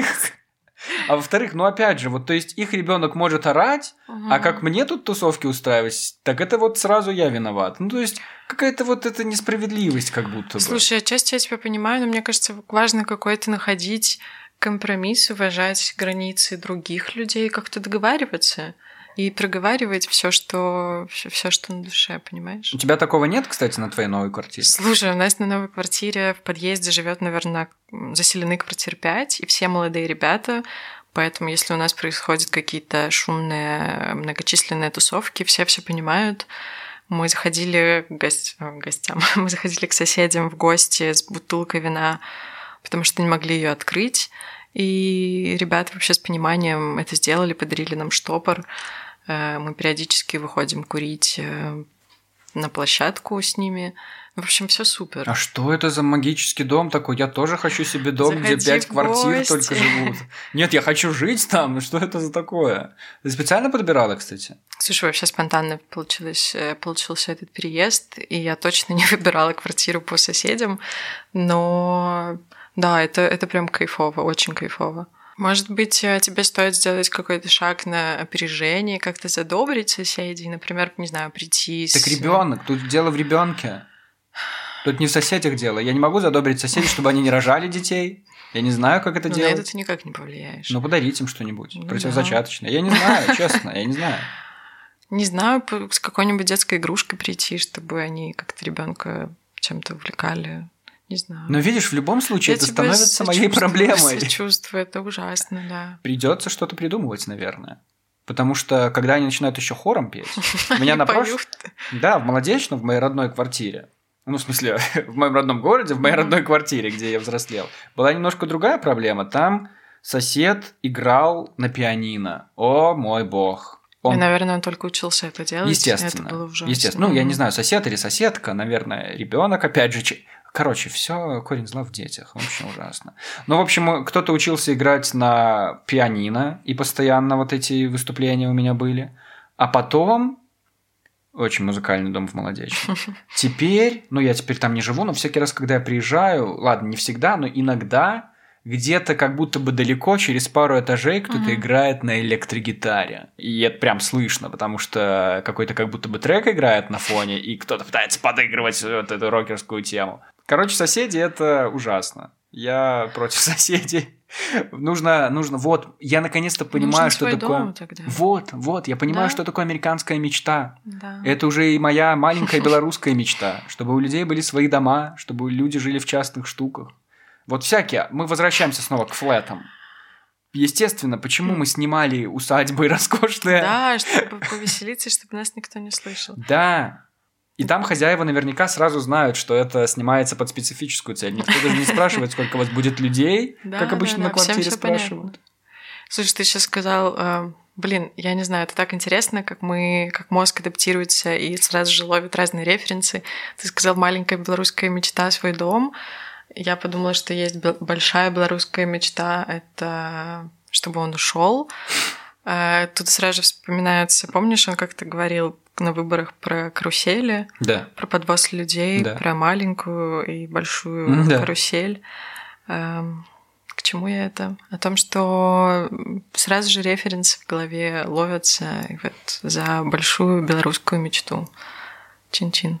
S1: а во-вторых, ну опять же, вот, то есть их ребенок может орать,
S2: угу.
S1: а как мне тут тусовки устраивать, так это вот сразу я виноват. Ну, то есть какая-то вот эта несправедливость как будто бы.
S2: Слушай, отчасти я тебя понимаю, но мне кажется, важно какой-то находить компромисс, уважать границы других людей, как-то договариваться. и проговаривать все, что, все, что на душе, понимаешь?
S1: У тебя такого нет, кстати, на твоей новой квартире?
S2: Слушай, у нас на новой квартире в подъезде живет, наверное, заселены квартир пять, и все молодые ребята. Поэтому, если у нас происходят какие-то шумные, многочисленные тусовки, все все понимают. Мы заходили к, гость... к гостям, мы заходили к соседям в гости с бутылкой вина, потому что не могли ее открыть. И ребята вообще с пониманием это сделали, подарили нам штопор. Мы периодически выходим курить на площадку с ними. В общем, все супер.
S1: А что это за магический дом такой? Я тоже хочу себе дом,
S2: Заходи
S1: где пять квартир
S2: гости.
S1: только живут. Нет, я хочу жить там. Ну что это за такое? Ты специально подбирала, кстати?
S2: Слушай, вообще спонтанно получилось, получился этот переезд, и я точно не выбирала квартиру по соседям, но да, это, это прям кайфово, очень кайфово. Может быть, тебе стоит сделать какой-то шаг на опережение, как-то задобрить соседей, например, не знаю, прийти с...
S1: Так ребенок, тут дело в ребенке. Тут не в соседях дело. Я не могу задобрить соседей, чтобы они не рожали детей. Я не знаю, как это
S2: ну,
S1: делать.
S2: На это ты никак не повлияешь.
S1: Ну, подарить им что-нибудь
S2: ну,
S1: противозачаточное.
S2: Да.
S1: Я не знаю, честно, я не знаю.
S2: Не знаю, с какой-нибудь детской игрушкой прийти, чтобы они как-то ребенка чем-то увлекали. Не знаю.
S1: Но видишь, в любом случае
S2: я
S1: это становится моей проблемой.
S2: Чувство, это ужасно, да.
S1: Придется что-то придумывать, наверное. Потому что, когда они начинают еще хором петь, у меня на прошлом... Да, в Молодечном, в моей родной квартире, ну, в смысле, в моем родном городе, в моей родной квартире, где я взрослел, была немножко другая проблема. Там сосед играл на пианино. О, мой бог.
S2: Он... И, наверное, он только учился это делать.
S1: Естественно.
S2: Это было ужасно.
S1: Естественно. Ну, я не знаю, сосед или соседка, наверное, ребенок, опять же. Короче, все корень зла в детях. Вообще ужасно. Ну, в общем, кто-то учился играть на пианино, и постоянно вот эти выступления у меня были. А потом... Очень музыкальный дом в Молодечном. Теперь, ну, я теперь там не живу, но всякий раз, когда я приезжаю, ладно, не всегда, но иногда где-то как будто бы далеко, через пару этажей, кто-то uh-huh. играет на электрогитаре. И это прям слышно, потому что какой-то как будто бы трек играет на фоне, и кто-то пытается подыгрывать вот эту рокерскую тему. Короче, соседи – это ужасно. Я против соседей. Нужно, нужно, вот, я наконец-то понимаю,
S2: нужно
S1: что такое... Вот, вот, я понимаю, да? что такое американская мечта.
S2: Да.
S1: Это уже и моя маленькая белорусская мечта, чтобы у людей были свои дома, чтобы люди жили в частных штуках. Вот всякие. Мы возвращаемся снова к флетам. Естественно, почему мы снимали усадьбы роскошные?
S2: Да, чтобы повеселиться, чтобы нас никто не слышал.
S1: Да. И там хозяева наверняка сразу знают, что это снимается под специфическую цель. Никто даже не спрашивает, сколько у вас будет людей,
S2: да,
S1: как обычно
S2: да,
S1: на
S2: да,
S1: квартире спрашивают.
S2: Понятно. Слушай, ты сейчас сказал, э, блин, я не знаю, это так интересно, как мы, как мозг адаптируется и сразу же ловит разные референсы. Ты сказал «маленькая белорусская мечта, свой дом». Я подумала, что есть большая белорусская мечта, это чтобы он ушел. Э, тут сразу же вспоминается, помнишь, он как-то говорил на выборах про карусели,
S1: да.
S2: про подвоз людей, да. про маленькую и большую да. карусель. Эм, к чему я это? О том, что сразу же референсы в голове ловятся вот за большую белорусскую мечту. Чин-чин.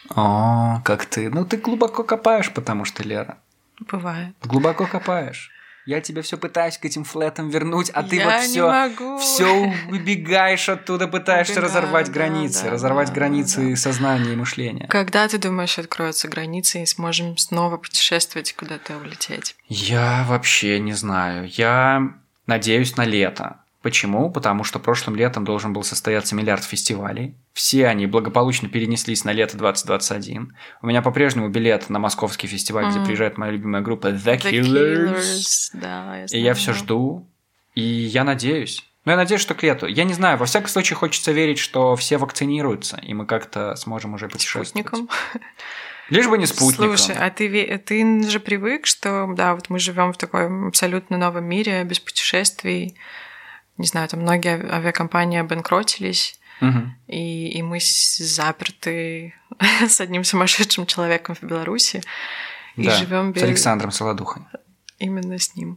S1: О, как ты. Ну, ты глубоко копаешь, потому что, Лера.
S2: Бывает.
S1: Глубоко копаешь. Я тебя все пытаюсь к этим флетам вернуть, а ты
S2: я
S1: вот все, все убегаешь оттуда, пытаешься Убегаю, разорвать да, границы, да, разорвать да, границы да. сознания и мышления.
S2: Когда ты думаешь, откроются границы и сможем снова путешествовать, куда-то улететь?
S1: Я вообще не знаю. Я надеюсь на лето. Почему? Потому что прошлым летом должен был состояться миллиард фестивалей. Все они благополучно перенеслись на лето двадцать двадцать один. У меня по-прежнему билет на московский фестиваль, mm. где приезжает моя любимая группа The, The Killers. Killers. Да, я знаю. И я все жду. И я надеюсь. Ну, я надеюсь, что к лету. Я не знаю, во всяком случае, хочется верить, что все вакцинируются, и мы как-то сможем уже путешествовать.
S2: Спутником.
S1: Лишь бы не спутником.
S2: Слушай, а ты, ты же привык, что, да, вот мы живем в таком абсолютно новом мире, без путешествий. Не знаю, там многие авиакомпании обанкротились, угу. и, и мы заперты с одним сумасшедшим человеком в Беларуси. И
S1: да,
S2: живем без...
S1: с Александром Солодухой.
S2: Именно с ним.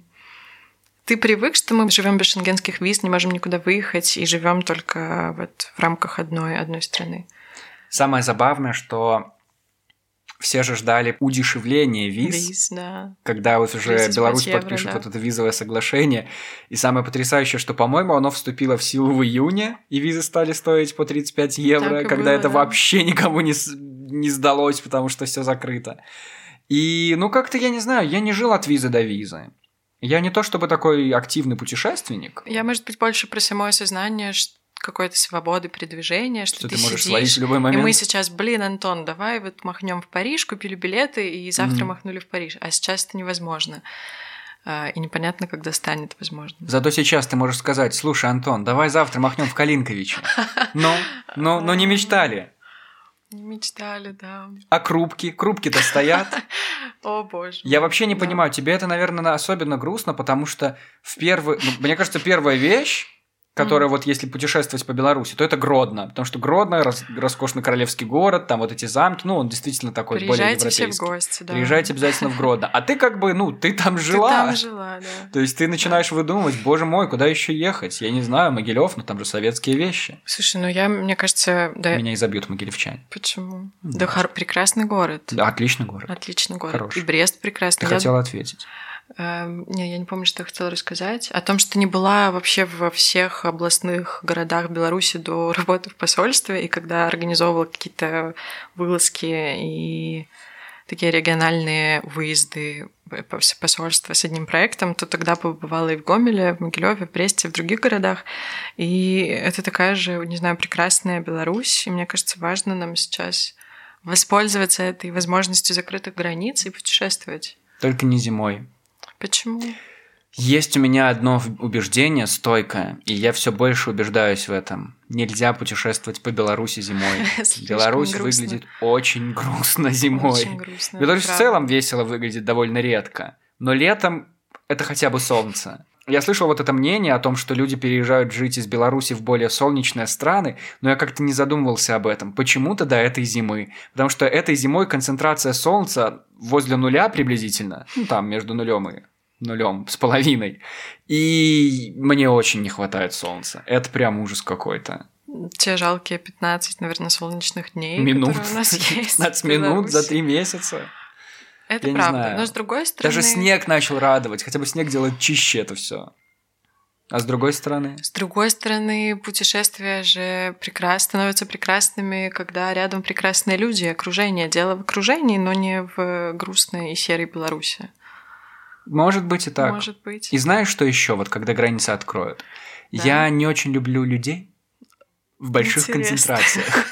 S2: Ты привык, что мы живем без шенгенских виз, не можем никуда выехать и живем только вот в рамках одной, одной страны?
S1: Самое забавное, что все же ждали удешевления виз,
S2: Виз, да.
S1: когда вот уже Беларусь
S2: евро,
S1: подпишет
S2: да.
S1: вот это визовое соглашение. И самое потрясающее, что, по-моему, оно вступило в силу в июне, и визы стали стоить по тридцать пять евро,
S2: Так и
S1: когда
S2: было,
S1: это
S2: да.
S1: вообще никому не, с- не сдалось, потому что все закрыто. И, ну, как-то, я не знаю, я не жил от визы до визы. Я не то чтобы такой активный путешественник.
S2: Я, может быть, больше про самое сознание ш- какой-то свободы передвижения, что,
S1: Что
S2: ты,
S1: ты можешь
S2: сидишь,
S1: свалить в любой
S2: и
S1: момент.
S2: мы сейчас, блин, Антон, давай вот махнем в Париж, купили билеты, и завтра
S1: Мгм.
S2: махнули в Париж. А сейчас это невозможно. А, И непонятно, когда станет возможно.
S1: Зато сейчас ты можешь сказать: слушай, Антон, давай завтра махнем в Калинковичи. Ну, ну, ну не мечтали.
S2: Не мечтали, да.
S1: А крупки? Крупки-то стоят.
S2: О, боже.
S1: Я вообще не
S2: Да.
S1: понимаю, тебе это, наверное, особенно грустно, потому что в первый... ну, мне кажется, первая вещь, которая вот если путешествовать по Беларуси, то это Гродно, потому что Гродно рас- роскошный королевский город, там вот эти замки, ну, он действительно такой более
S2: Приезжайте все в
S1: европейский.
S2: гости, да.
S1: Приезжайте обязательно в Гродно. А ты как бы, ну, ты там
S2: Ты
S1: жила.
S2: там жила, да.
S1: То есть ты начинаешь выдумывать: боже мой, куда еще ехать? Я не знаю, Могилев, но там же советские вещи.
S2: Слушай, ну я, мне кажется, да.
S1: Меня изобьют могилевчане.
S2: Почему?
S1: Ну,
S2: Да, хор- прекрасный город.
S1: Да, отличный город.
S2: Отличный город.
S1: Хороший.
S2: И Брест
S1: Ты
S2: прекрасный. Я-
S1: хотела ответить.
S2: Эм, Не, я не помню, что я хотела рассказать. О том, что не была вообще во всех областных городах Беларуси до работы в посольстве, и когда организовывала какие-то вылазки и такие региональные выезды по вс- посольства с одним проектом, то тогда побывала и в Гомеле, в Могилеве, в Бресте, в других городах. И это такая же, не знаю, прекрасная Беларусь. И мне кажется, важно нам сейчас воспользоваться этой возможностью закрытых границ и путешествовать.
S1: Только не зимой.
S2: Почему?
S1: Есть у меня одно в- убеждение стойкое, и я все больше убеждаюсь в этом. Нельзя путешествовать по Беларуси зимой.
S2: Слишком
S1: Беларусь
S2: грустно.
S1: выглядит очень грустно зимой.
S2: Очень грустно.
S1: Беларусь в
S2: правда.
S1: целом весело выглядит довольно редко, но летом это хотя бы солнце. Я слышал вот это мнение о том, что люди переезжают жить из Беларуси в более солнечные страны, но я как-то не задумывался об этом. Почему-то до этой зимы. Потому что этой зимой концентрация солнца возле нуля приблизительно, ну там между нулем и нулем с половиной. И мне очень не хватает солнца. Это прям ужас какой-то.
S2: Те жалкие пятнадцать, наверное, солнечных дней,
S1: Минут.
S2: которые у нас есть.
S1: пятнадцать
S2: в
S1: минут за
S2: Беларуси.
S1: три месяца.
S2: Это
S1: я не
S2: правда.
S1: знаю.
S2: Но с другой стороны...
S1: Даже снег начал радовать. Хотя бы снег делает чище это все. А с другой стороны...
S2: С другой стороны, путешествия же прекрас... становятся прекрасными, когда рядом прекрасные люди, окружение. Дело в окружении, но не в грустной и серой Беларуси.
S1: Может быть и так.
S2: Может быть.
S1: И знаешь, что еще, вот когда границы откроют?
S2: Да.
S1: Я не очень люблю людей в больших
S2: Интересно.
S1: концентрациях.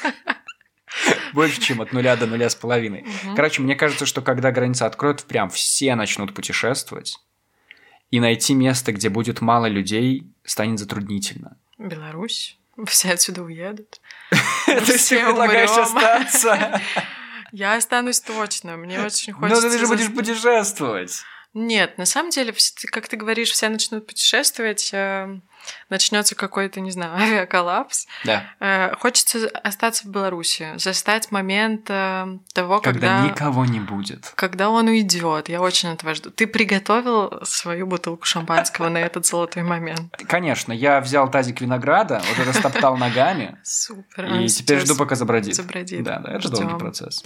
S1: Больше, чем от нуля до нуля с половиной.
S2: Мгм.
S1: Короче, мне кажется, что когда границы откроют, прям все начнут путешествовать. И найти место, где будет мало людей, станет затруднительно.
S2: Беларусь. Все отсюда уедут.
S1: То есть ты
S2: все
S1: предлагаешь
S2: умрём.
S1: остаться?
S2: Я останусь точно. Мне очень
S1: Ну,
S2: хочется...
S1: ты же
S2: за-
S1: будешь путешествовать.
S2: Нет, на самом деле, вс- как ты говоришь, все начнут путешествовать, э, начнется какой-то, не знаю, авиаколлапс.
S1: Да.
S2: Э, Хочется остаться в Беларуси, застать момент э, того,
S1: Когда
S2: когда,
S1: никого не будет.
S2: когда он уйдет. Я очень этого жду. Ты приготовил свою бутылку шампанского на этот золотой момент?
S1: Конечно, я взял тазик винограда, уже растоптал ногами,
S2: Супер.
S1: и
S2: Он
S1: теперь
S2: сейчас
S1: жду, пока забродит.
S2: забродит.
S1: Да, да, это
S2: Ждём.
S1: долгий процесс.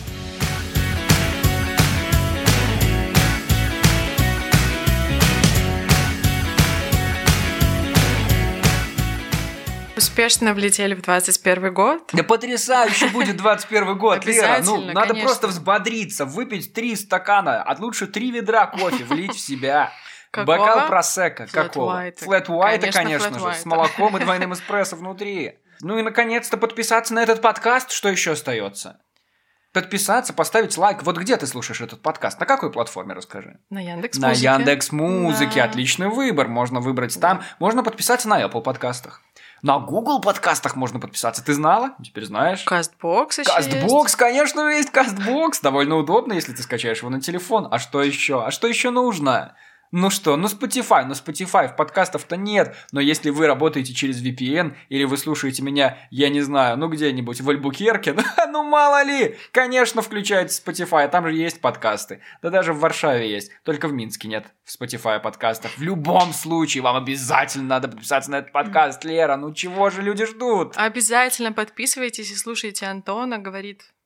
S2: Успешно влетели в двадцать первый год.
S1: Да потрясающе будет двадцать первый год, Лера. Ну,
S2: Обязательно,
S1: надо
S2: конечно.
S1: просто взбодриться, выпить три стакана, а лучше три ведра кофе, влить в себя.
S2: Какого?
S1: Бокал просекко.
S2: Flat
S1: Какого?
S2: white.
S1: Флэт white,
S2: Конечно,
S1: конечно
S2: flat
S1: же,
S2: white.
S1: с молоком и двойным эспрессо внутри. Ну и, наконец-то, подписаться на этот подкаст. Что еще остается? Подписаться, поставить лайк. Вот где ты слушаешь этот подкаст? На какой платформе, расскажи?
S2: На Яндекс
S1: На Яндекс Музыке.
S2: Да.
S1: Отличный выбор. Можно выбрать там. Можно подписаться на Apple подкастах. На Google подкастах можно подписаться. Ты знала? Теперь знаешь.
S2: Кастбокс еще
S1: Кастбокс, конечно, есть Кастбокс. Довольно удобно, если ты скачаешь его на телефон. А что еще? А что еще нужно? Ну что, ну Spotify, ну Spotify, в подкастов-то нет, но если вы работаете через ви пи эн, или вы слушаете меня, я не знаю, ну где-нибудь в Альбукерке, ну мало ли, конечно, включайте Spotify, там же есть подкасты, да даже в Варшаве есть, только в Минске нет в Spotify подкастов. В любом случае, вам обязательно надо подписаться на этот подкаст, Лера, ну чего же люди ждут?
S2: Обязательно подписывайтесь и слушайте Антона, говорит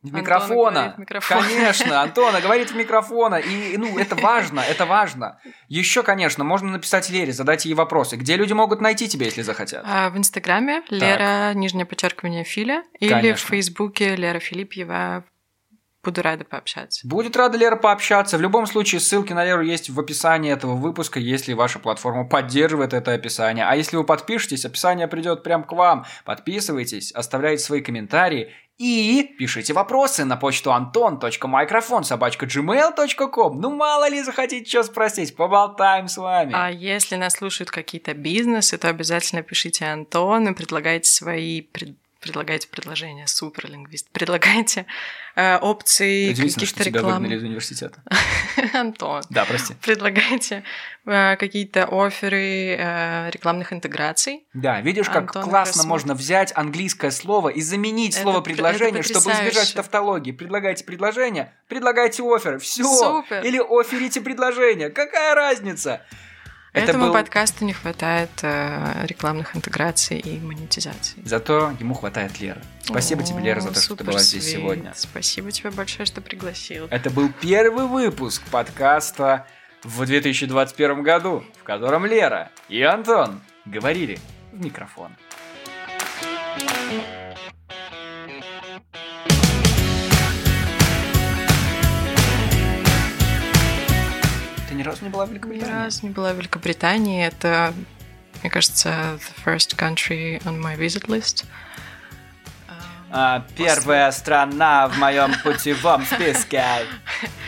S1: В микрофона.
S2: микрофона.
S1: Конечно, Антона говорит в микрофона. И, ну, это важно, это важно. Еще, конечно, можно написать Лере, задать ей вопросы. Где люди могут найти тебя, если захотят?
S2: А, в Инстаграме Лера, нижнее подчеркивание, Филя. Или
S1: Конечно.
S2: в Фейсбуке Лера Филипьева. Буду рада пообщаться.
S1: Будет рада Лера пообщаться. В любом случае, ссылки на Леру есть в описании этого выпуска, если ваша платформа поддерживает это описание. А если вы подпишетесь, описание придет прямо к вам. Подписывайтесь, оставляйте свои комментарии и пишите вопросы на почту антон точка микрофон собака джи мейл точка ком. Ну, мало ли захотите что спросить, поболтаем с вами.
S2: А если нас слушают какие-то бизнесы, то обязательно пишите Антон и предлагайте свои пред... предлагайте предложения, суперлингвист, предлагайте э, опции каких-то
S1: что тебя
S2: реклам.
S1: выгнали из университета.
S2: Антон.
S1: Да, прости.
S2: Предлагайте э, какие-то офферы э, рекламных интеграций.
S1: Да, видишь, как
S2: Антон
S1: классно
S2: рассмотрит.
S1: можно взять английское слово и заменить
S2: Это
S1: слово
S2: пр-
S1: предложение,
S2: это
S1: чтобы избежать
S2: потрясающе.
S1: тавтологии. Предлагайте предложение, предлагайте оффер. Все.
S2: Супер.
S1: Или оферите предложение. Какая разница? Это
S2: Этому
S1: был...
S2: подкасту не хватает э, рекламных интеграций и монетизации.
S1: Зато ему хватает Леры. Спасибо
S2: О,
S1: тебе, Лера, за то, что ты
S2: супер
S1: была здесь
S2: свит.
S1: сегодня.
S2: Спасибо тебе большое, что пригласил.
S1: Это был первый выпуск подкаста в две тысячи двадцать первом году, в котором Лера и Антон говорили в микрофон. Ты ни разу не была в
S2: Ни
S1: Великобритании?
S2: разу не была в Великобритании. Это, мне кажется, the first country on my visit list.
S1: А, первая страна в моем путевом списке.